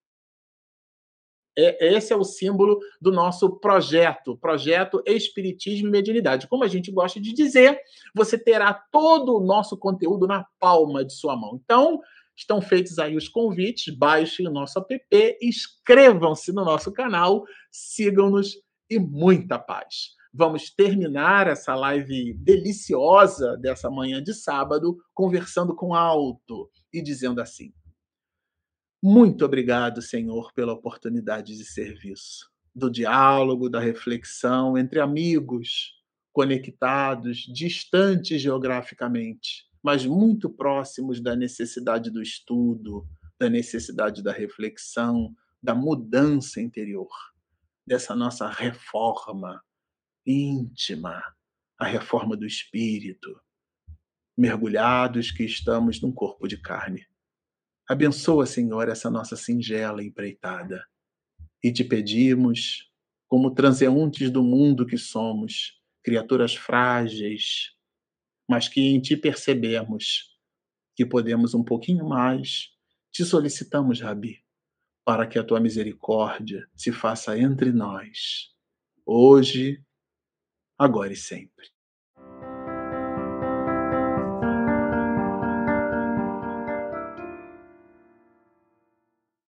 Esse é o símbolo do nosso projeto Espiritismo e Mediunidade. Como a gente gosta de dizer, você terá todo o nosso conteúdo na palma de sua mão. Então, estão feitos aí os convites, baixem o nosso app, inscrevam-se no nosso canal, sigam-nos e muita paz. Vamos terminar essa live deliciosa dessa manhã de sábado conversando com alto e dizendo assim: muito obrigado, Senhor, pela oportunidade de serviço, do diálogo, da reflexão entre amigos, conectados, distantes geograficamente, mas muito próximos da necessidade do estudo, da necessidade da reflexão, da mudança interior, dessa nossa reforma íntima, a reforma do espírito, mergulhados que estamos num corpo de carne. Abençoa, Senhor, essa nossa singela empreitada. E te pedimos, como transeuntes do mundo que somos, criaturas frágeis, mas que em ti percebemos que podemos um pouquinho mais, te solicitamos, Rabi, para que a tua misericórdia se faça entre nós, hoje, agora e sempre.